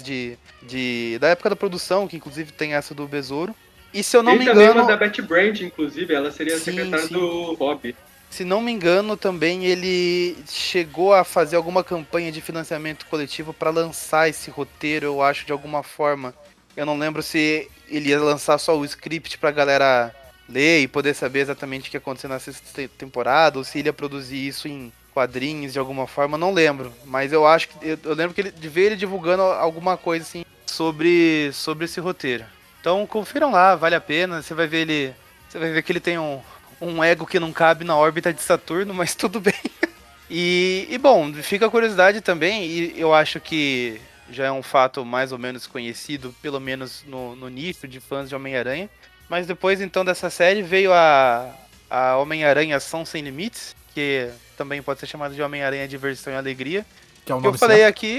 da época da produção, que inclusive tem essa do Besouro. E se eu não me engano... Tem também uma da Betty Brant, inclusive, ela seria a secretária do Rob. Se não me engano, também ele chegou a fazer alguma campanha de financiamento coletivo para lançar esse roteiro, eu acho, de alguma forma. Eu não lembro se ele ia lançar só o script pra galera ler e poder saber exatamente o que ia acontecer na sexta temporada, ou se ele ia produzir isso em quadrinhos de alguma forma, não lembro. Mas eu lembro que de ver ele divulgando alguma coisa assim sobre esse roteiro. Então confiram lá, vale a pena. Você vai ver que ele tem um ego que não cabe na órbita de Saturno, mas tudo bem. E bom, fica a curiosidade também, e eu acho que já é um fato mais ou menos conhecido, pelo menos no nicho de fãs de Homem-Aranha. Mas depois então dessa série veio a Homem-Aranha Ação Sem Limites, que também pode ser chamado de Homem-Aranha Diversão e Alegria. Que é o Que nome eu falei certo. aqui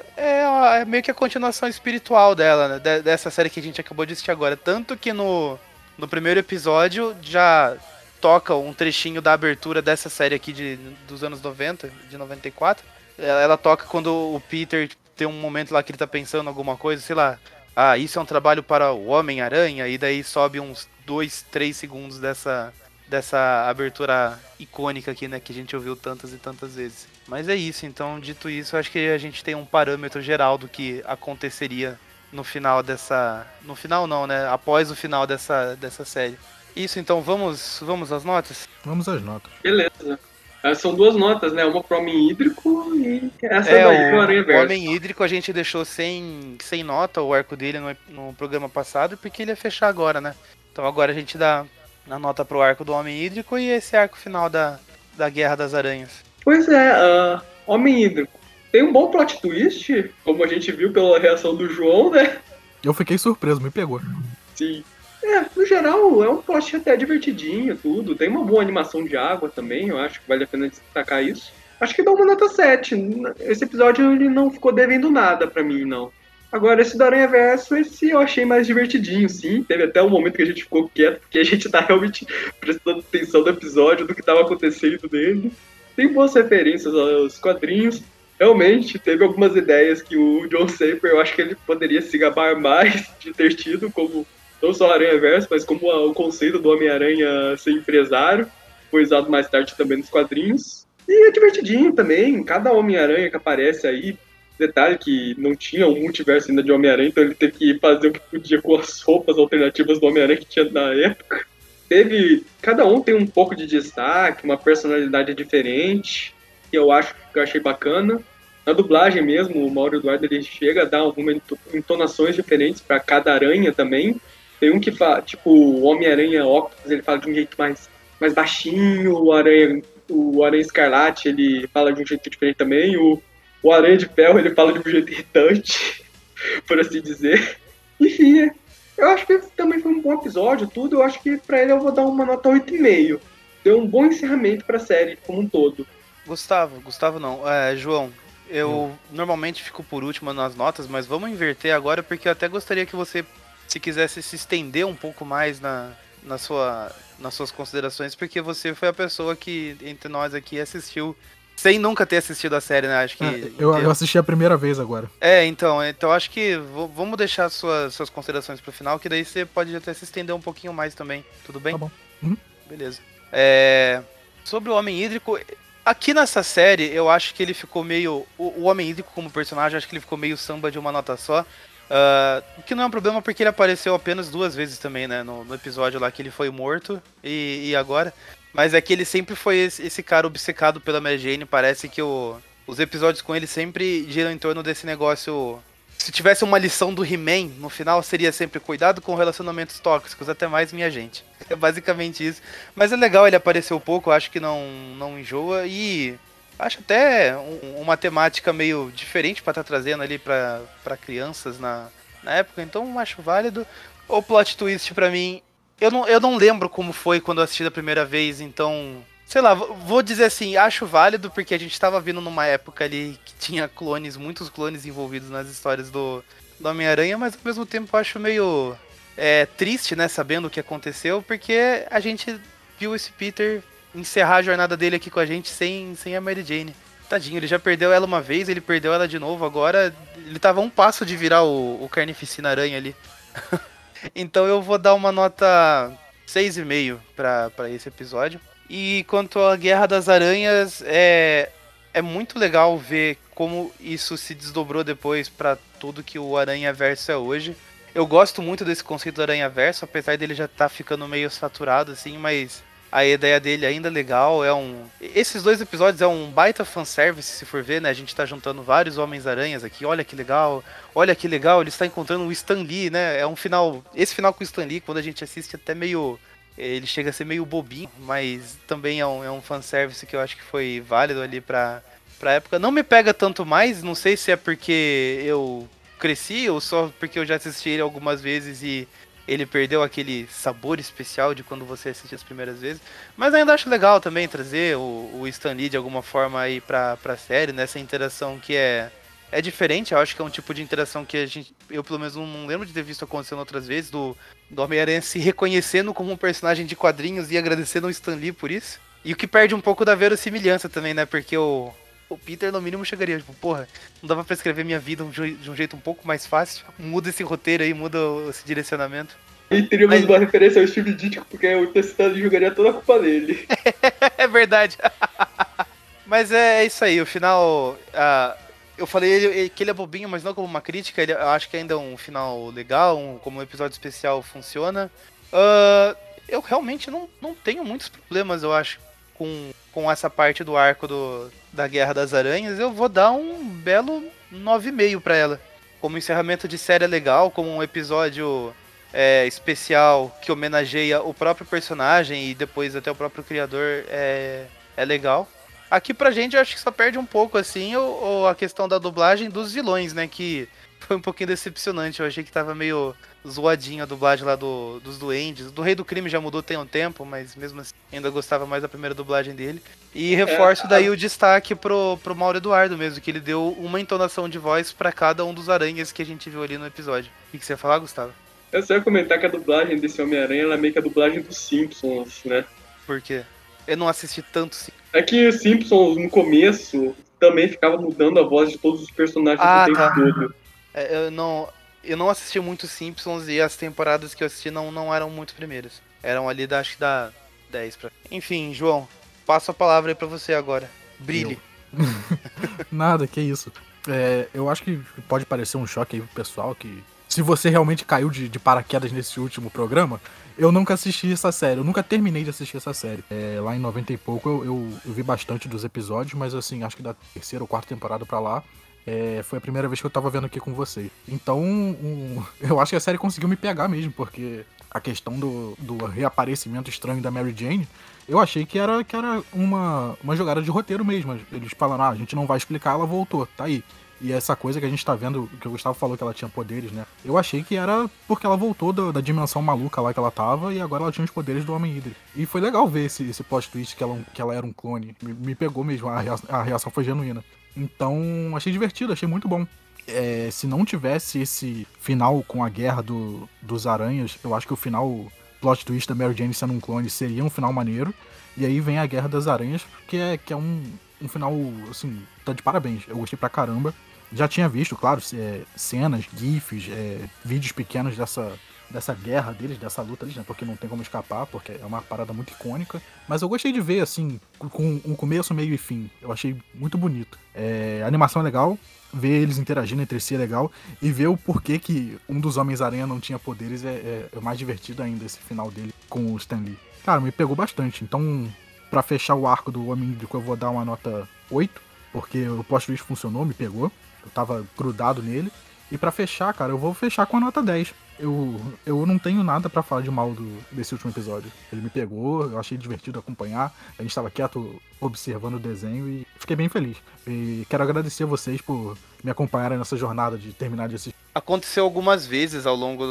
é meio que a continuação espiritual dela, né? Dessa série que a gente acabou de assistir agora. Tanto que no primeiro episódio já toca um trechinho da abertura dessa série aqui dos anos 90, de 94. Ela toca quando o Peter tem um momento lá que ele tá pensando alguma coisa, sei lá. Ah, isso é um trabalho para o Homem-Aranha, e daí sobe uns 2, 3 segundos dessa abertura icônica aqui, né, que a gente ouviu tantas e tantas vezes. Mas é isso, então, dito isso, acho que a gente tem um parâmetro geral do que aconteceria no final dessa... No final não, né, após o final dessa série. Isso, então, vamos às notas? Vamos às notas. Beleza. São 2 notas, né? Uma pro Homem Hídrico e essa daí pro Aranha O Verso. Homem Hídrico a gente deixou sem nota o arco dele no programa passado, porque ele ia fechar agora, né? Então agora a gente dá a nota pro arco do Homem Hídrico e esse arco final da Guerra das Aranhas. Pois é, Homem Hídrico. Tem um bom plot twist, como a gente viu pela reação do João, né? Eu fiquei surpreso, me pegou. Sim. No geral, é um plot até divertidinho, tudo. Tem uma boa animação de água também, eu acho que vale a pena destacar isso. Acho que dá uma nota 7. Esse episódio ele não ficou devendo nada pra mim, não. Agora, esse do Aranha Verso, esse eu achei mais divertidinho, sim. Teve até um momento que a gente ficou quieto, porque a gente tá realmente prestando atenção no episódio, do que tava acontecendo nele. Tem boas referências aos quadrinhos. Realmente, teve algumas ideias que o John Saper, eu acho que ele poderia se gabar mais de ter tido, como não só o Aranha Verso, mas como o conceito do Homem-Aranha ser empresário. Foi usado mais tarde também nos quadrinhos. E é divertidinho também, cada Homem-Aranha que aparece aí. Detalhe que não tinha um multiverso ainda de Homem-Aranha, então ele teve que fazer o que podia com as roupas alternativas do Homem-Aranha que tinha na época. Cada um tem um pouco de destaque, uma personalidade diferente, que eu achei bacana. Na dublagem mesmo, o Mauro Eduardo ele chega a dar algumas entonações diferentes para cada aranha também. Tem um que fala, tipo, o Homem-Aranha Octopus, ele fala de um jeito mais baixinho, o Aranha Escarlate, ele fala de um jeito diferente também, o Aranha de Ferro, ele fala de um jeito irritante, por assim dizer. Enfim, eu acho que também foi um bom episódio, tudo, eu acho que pra ele eu vou dar uma nota 8,5. Deu um bom encerramento pra série, como um todo. Gustavo não, João, eu normalmente fico por último nas notas, mas vamos inverter agora, porque eu até gostaria que você, se quisesse se estender um pouco mais nas suas considerações, porque você foi a pessoa que, entre nós aqui, assistiu sem nunca ter assistido a série, né? Acho que eu assisti a primeira vez agora. Então acho que vamos deixar suas considerações pro final, que daí você pode até se estender um pouquinho mais também, tudo bem? Tá bom. Uhum. Beleza. Sobre o Homem Hídrico, aqui nessa série, eu acho que ele ficou meio... O Homem Hídrico como personagem, acho que ele ficou meio samba de uma nota só. O que não é um problema porque ele apareceu apenas 2 vezes também, né? No episódio lá que ele foi morto e agora. Mas é que ele sempre foi esse cara obcecado pela Mary Jane. Parece que os episódios com ele sempre giram em torno desse negócio. Se tivesse uma lição do He-Man, no final seria sempre cuidado com relacionamentos tóxicos, até mais minha gente. É basicamente isso. Mas é legal, ele apareceu pouco, acho que não enjoa. E acho até uma temática meio diferente pra estar trazendo ali pra crianças na época. Então acho válido. O plot twist pra mim... Eu não lembro como foi quando eu assisti da primeira vez, então... Sei lá, vou dizer assim, acho válido, porque a gente tava vindo numa época ali que tinha muitos clones envolvidos nas histórias do Homem-Aranha, mas ao mesmo tempo acho meio triste, né, sabendo o que aconteceu, porque a gente viu esse Peter encerrar a jornada dele aqui com a gente sem a Mary Jane. Tadinho, ele já perdeu ela uma vez, ele perdeu ela de novo, agora ele tava a um passo de virar o Carnificina Aranha ali. Então eu vou dar uma nota 6,5 pra esse episódio. E quanto à Guerra das Aranhas, é muito legal ver como isso se desdobrou depois pra tudo que o Aranha Verso é hoje. Eu gosto muito desse conceito do Aranha Verso, apesar dele já tá ficando meio saturado, assim, mas A ideia dele ainda é legal, esses 2 episódios é um baita fanservice, se for ver, né? A gente tá juntando vários Homens-Aranhas aqui, olha que legal, ele está encontrando o Stan Lee, né? É um final, esse final com o Stan Lee, quando a gente assiste até meio, ele chega a ser meio bobinho, mas também é um fanservice que eu acho que foi válido ali pra época. Não me pega tanto mais, não sei se é porque eu cresci ou só porque eu já assisti ele algumas vezes e ele perdeu aquele sabor especial de quando você assiste as primeiras vezes. Mas ainda acho legal também trazer o Stan Lee de alguma forma aí pra série, nessa interação que é diferente. Eu acho que é um tipo de interação que eu pelo menos não lembro de ter visto acontecendo outras vezes, do Homem-Aranha se reconhecendo como um personagem de quadrinhos e agradecendo o Stan Lee por isso. E o que perde um pouco da verossimilhança também, né? Porque o Peter, no mínimo, chegaria, tipo, porra, não dava pra escrever minha vida de um jeito um pouco mais fácil? Muda esse roteiro aí, muda esse direcionamento. E teríamos uma referência ao Steve Ditko, porque o Testado jogaria toda a culpa dele. É verdade. Mas é isso aí, o final... eu falei que ele é bobinho, mas não como uma crítica, eu acho que ainda é um final legal, como um episódio especial funciona. Eu realmente não tenho muitos problemas, eu acho, com essa parte do arco da Guerra das Aranhas. Eu vou dar um belo 9,5 pra ela. Como encerramento de série é legal, como um episódio especial que homenageia o próprio personagem e depois até o próprio criador é legal. Aqui pra gente eu acho que só perde um pouco assim ou a questão da dublagem dos vilões, né, que foi um pouquinho decepcionante. Eu achei que tava meio zoadinho a dublagem lá dos duendes. Do Rei do Crime já mudou tem um tempo, mas mesmo assim ainda gostava mais da primeira dublagem dele. E reforço daí o destaque pro Mauro Eduardo mesmo, que ele deu uma entonação de voz pra cada um dos aranhas que a gente viu ali no episódio. O que você ia falar, Gustavo? Eu só ia comentar que a dublagem desse Homem-Aranha ela é meio que a dublagem dos Simpsons, né? Por quê? Eu não assisti tanto Simpsons. É que os Simpsons, no começo, também ficava mudando a voz de todos os personagens o tempo todo. Eu não assisti muito Simpsons e as temporadas que eu assisti não eram muito primeiras. Eram ali acho que da 10 pra... Enfim, João, passo a palavra aí pra você agora. Brilhe. Nada, que isso. Eu acho que pode parecer um choque aí pro pessoal que... Se você realmente caiu de paraquedas nesse último programa, eu nunca assisti essa série, eu nunca terminei de assistir essa série. Lá em 90 e pouco eu vi bastante dos episódios, mas assim, acho que da 3ª ou 4ª temporada pra lá, foi a primeira vez que eu tava vendo aqui com vocês. Então, eu acho que a série conseguiu me pegar mesmo, porque a questão do reaparecimento estranho da Mary Jane, eu achei que era uma jogada de roteiro mesmo. Eles falaram, a gente não vai explicar, ela voltou, tá aí. E essa coisa que a gente tá vendo, que o Gustavo falou que ela tinha poderes, né? Eu achei que era porque ela voltou da dimensão maluca lá que ela tava e agora ela tinha os poderes do Homem Hídrico. E foi legal ver esse plot twist que ela era um clone. Me pegou mesmo, a reação foi genuína. Então, achei divertido, achei muito bom. Se não tivesse esse final com a guerra dos aranhas, eu acho que o final, plot twist da Mary Jane sendo um clone, seria um final maneiro. E aí vem a Guerra das Aranhas, que é um final, assim, tá de parabéns. Eu gostei pra caramba. Já tinha visto, claro, cenas, gifs, vídeos pequenos dessa guerra deles, dessa luta deles, né? Porque não tem como escapar, porque é uma parada muito icônica. Mas eu gostei de ver, assim, com um começo, meio e fim. Eu achei muito bonito. A animação é legal, ver eles interagindo entre si é legal, e ver o porquê que um dos Homens-Aranha não tinha poderes é mais divertido ainda, esse final dele com o Stan Lee. Cara, me pegou bastante. Então, pra fechar o arco do Homem Hídrico, eu vou dar uma nota 8, porque o plot twist funcionou, me pegou. Eu tava grudado nele. E pra fechar, cara, eu vou fechar com a nota 10. Eu não tenho nada pra falar de mal desse último episódio. Ele me pegou, eu achei divertido acompanhar. A gente tava quieto observando o desenho e fiquei bem feliz. E quero agradecer a vocês por me acompanharem nessa jornada de terminar de assistir. Aconteceu algumas vezes ao longo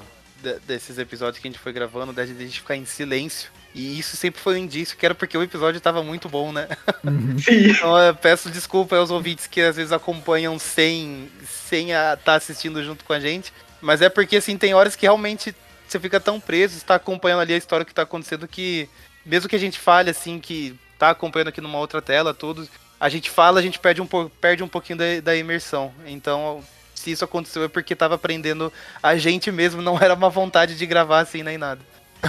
desses episódios que a gente foi gravando, de a gente ficar em silêncio. E isso sempre foi um indício que era porque o episódio tava muito bom, né? Sim. Então eu peço desculpa aos ouvintes que às vezes acompanham sem estar assistindo junto com a gente. Mas é porque, assim, tem horas que realmente você fica tão preso, está acompanhando ali a história que tá acontecendo, que mesmo que a gente fale, assim, que tá acompanhando aqui numa outra tela, tudo, a gente fala, a gente perde um pouquinho da imersão. Então, se isso aconteceu é porque tava aprendendo a gente mesmo, não era uma vontade de gravar assim nem nada.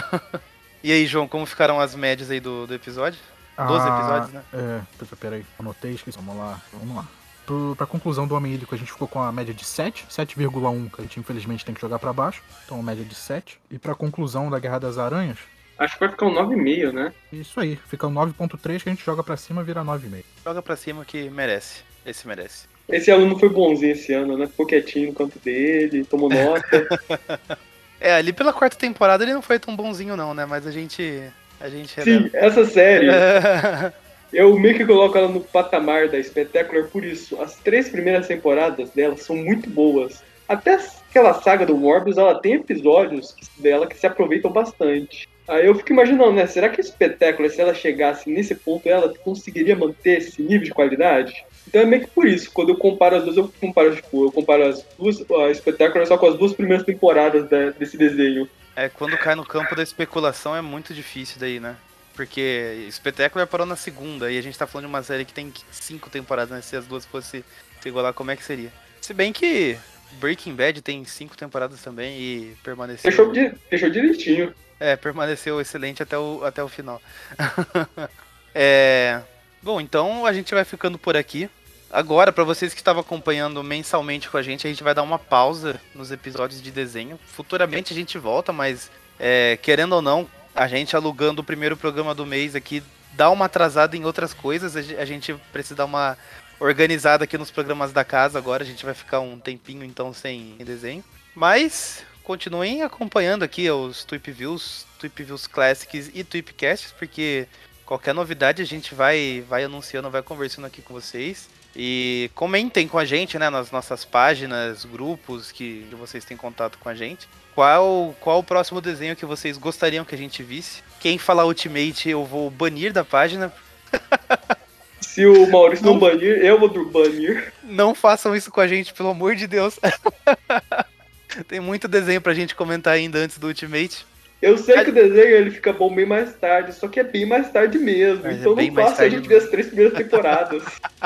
E aí, João, como ficaram as médias aí do episódio? 12 episódios, né? Peraí, anotei, esqueci. Vamos lá. Pra conclusão do Homem Hídrico, a gente ficou com a média de 7,1, que a gente infelizmente tem que jogar pra baixo. Então, a média de 7. E pra conclusão da Guerra das Aranhas... Acho que vai ficar um 9,5, né? Isso aí, fica um 9.3 que a gente joga pra cima, vira 9,5. Joga pra cima que merece. Esse merece. Esse aluno foi bonzinho esse ano, né? Ficou quietinho no canto dele, tomou nota. Ali pela 4ª temporada ele não foi tão bonzinho não, né? Mas a gente Sim, essa série, eu meio que coloco ela no patamar da Spectacular por isso. As 3 primeiras temporadas dela são muito boas. Até aquela saga do Morbius, ela tem episódios dela que se aproveitam bastante. Aí eu fico imaginando, né? Será que a Spectacular, se ela chegasse nesse ponto, ela conseguiria manter esse nível de qualidade? Então é meio que por isso. Quando eu comparo as duas, eu comparo as duas, a Spectacular só com as 2 primeiras temporadas desse desenho. Quando cai no campo da especulação é muito difícil daí, né? Porque Spectacular parou na 2ª e a gente tá falando de uma série que tem 5 temporadas, né? Se as duas fossem se igualar, como é que seria? Se bem que Breaking Bad tem 5 temporadas também e permaneceu... Fechou direitinho. Permaneceu excelente até o final. Bom, então a gente vai ficando por aqui. Agora, pra vocês que estavam acompanhando mensalmente com a gente vai dar uma pausa nos episódios de desenho. Futuramente a gente volta, mas querendo ou não, a gente alugando o primeiro programa do mês aqui dá uma atrasada em outras coisas. A gente precisa dar uma organizada aqui nos programas da casa agora. A gente vai ficar um tempinho então sem desenho. Mas continuem acompanhando aqui os Tweep Views Classics e Tweepcasts, porque qualquer novidade a gente vai anunciando, vai conversando aqui com vocês. E comentem com a gente, né, nas nossas páginas, grupos que vocês têm contato com a gente. Qual o próximo desenho que vocês gostariam que a gente visse? Quem falar Ultimate eu vou banir da página. Se o Maurício não banir, eu vou banir. Não façam isso com a gente, pelo amor de Deus. Tem muito desenho pra gente comentar ainda antes do Ultimate. Eu sei que o desenho ele fica bom bem mais tarde, só que é bem mais tarde mesmo. Mas então não faça a gente ver as 3 primeiras temporadas.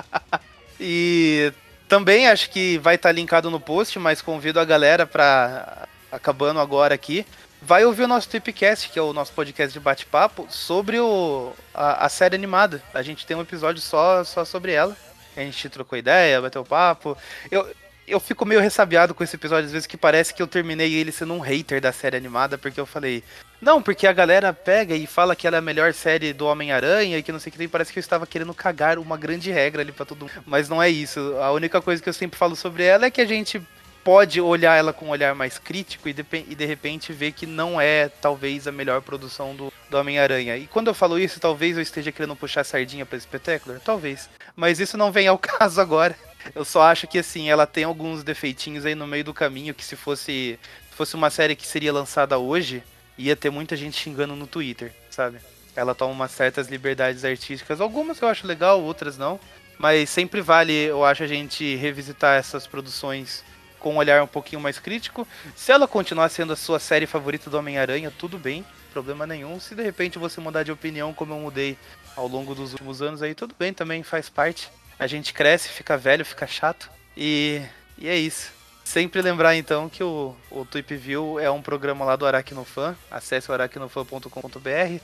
E também acho que vai estar linkado no post, mas convido a galera pra, acabando agora aqui, vai ouvir o nosso Tweepcast, que é o nosso podcast de bate-papo, sobre a série animada. A gente tem um episódio só sobre ela. A gente trocou ideia, bateu papo. Eu fico meio ressabiado com esse episódio, às vezes, que parece que eu terminei ele sendo um hater da série animada, porque eu falei, não, porque a galera pega e fala que ela é a melhor série do Homem-Aranha e que não sei o que tem, parece que eu estava querendo cagar uma grande regra ali pra todo mundo. Mas não é isso. A única coisa que eu sempre falo sobre ela é que a gente pode olhar ela com um olhar mais crítico e de repente ver que não é, talvez, a melhor produção do Homem-Aranha. E quando eu falo isso, talvez eu esteja querendo puxar a sardinha pra Spectacular, talvez. Mas isso não vem ao caso agora. Eu só acho que, assim, ela tem alguns defeitinhos aí no meio do caminho que se fosse uma série que seria lançada hoje, ia ter muita gente xingando no Twitter, sabe? Ela toma umas certas liberdades artísticas, algumas eu acho legal, outras não. Mas sempre vale, eu acho, a gente revisitar essas produções com um olhar um pouquinho mais crítico. Se ela continuar sendo a sua série favorita do Homem-Aranha, tudo bem, problema nenhum. Se de repente você mudar de opinião, como eu mudei ao longo dos últimos anos aí, tudo bem também, faz parte. A gente cresce, fica velho, fica chato. E é isso. Sempre lembrar então que o Tweep View é um programa lá do Aracnofan. Acesse o aracnofan.com.br.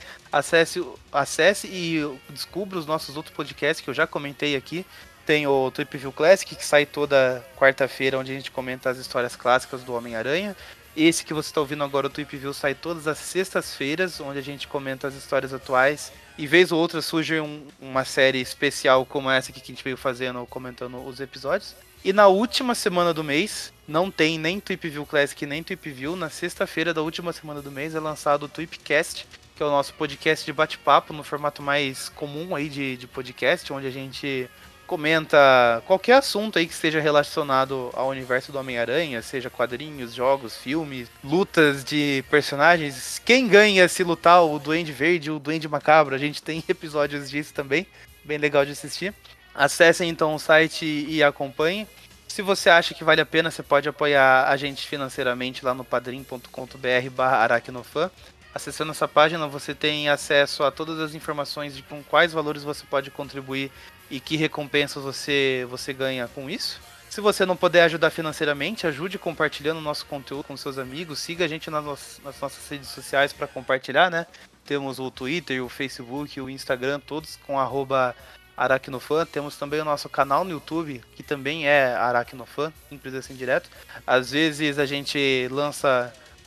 Acesse e descubra os nossos outros podcasts que eu já comentei aqui. Tem o Tweep View Classic, que sai toda quarta-feira, onde a gente comenta as histórias clássicas do Homem-Aranha. Esse que você está ouvindo agora, o Tweep View, sai todas as sextas-feiras, onde a gente comenta as histórias atuais. E vez ou outra surge uma série especial como essa aqui que a gente veio fazendo, comentando os episódios. E na última semana do mês, não tem nem Tweep View Classic nem Tweep View. Na sexta-feira da última semana do mês é lançado o Tweepcast, que é o nosso podcast de bate-papo, no formato mais comum aí de podcast, onde a gente comenta qualquer assunto aí que esteja relacionado ao universo do Homem-Aranha, seja quadrinhos, jogos, filmes, lutas de personagens. Quem ganha se lutar, o Duende Verde ou o Duende Macabro? A gente tem episódios disso também, bem legal de assistir. Acessem então o site e acompanhem. Se você acha que vale a pena, você pode apoiar a gente financeiramente lá no padrim.com.br/aracnofan. Acessando essa página, você tem acesso a todas as informações de com quais valores você pode contribuir e que recompensas você ganha com isso. Se você não puder ajudar financeiramente, ajude compartilhando o nosso conteúdo com seus amigos. Siga a gente nas nossas redes sociais para compartilhar, né? Temos o Twitter, o Facebook, o Instagram, todos com @aracnofan. Temos também o nosso canal no YouTube, que também é Aracnofan, simples assim direto. Às vezes a gente lança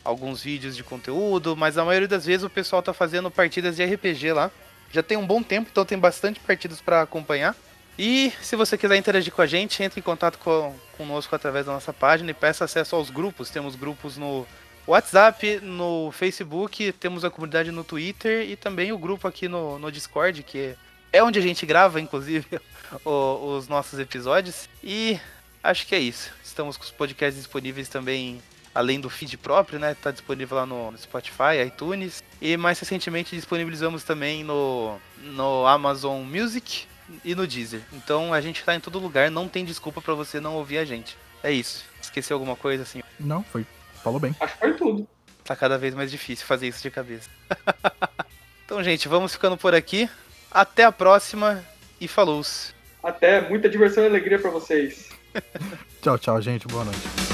alguns vídeos de conteúdo, mas a maioria das vezes o pessoal tá fazendo partidas de RPG lá. Já tem um bom tempo, então tem bastante partidas para acompanhar. E se você quiser interagir com a gente, entre em contato conosco através da nossa página e peça acesso aos grupos. Temos grupos no WhatsApp, no Facebook, temos a comunidade no Twitter e também o grupo aqui no Discord, que é onde a gente grava, inclusive, os nossos episódios. E acho que é isso. Estamos com os podcasts disponíveis também, além do feed próprio, né? Tá disponível lá no Spotify, iTunes. E mais recentemente disponibilizamos também no Amazon Music e no Deezer. Então a gente tá em todo lugar, não tem desculpa pra você não ouvir a gente. É isso. Esqueceu alguma coisa assim? Não, falou bem. Acho que foi tudo. Tá cada vez mais difícil fazer isso de cabeça. Então, gente, vamos ficando por aqui. Até a próxima e falou! Até, muita diversão e alegria pra vocês. Tchau, gente. Boa noite.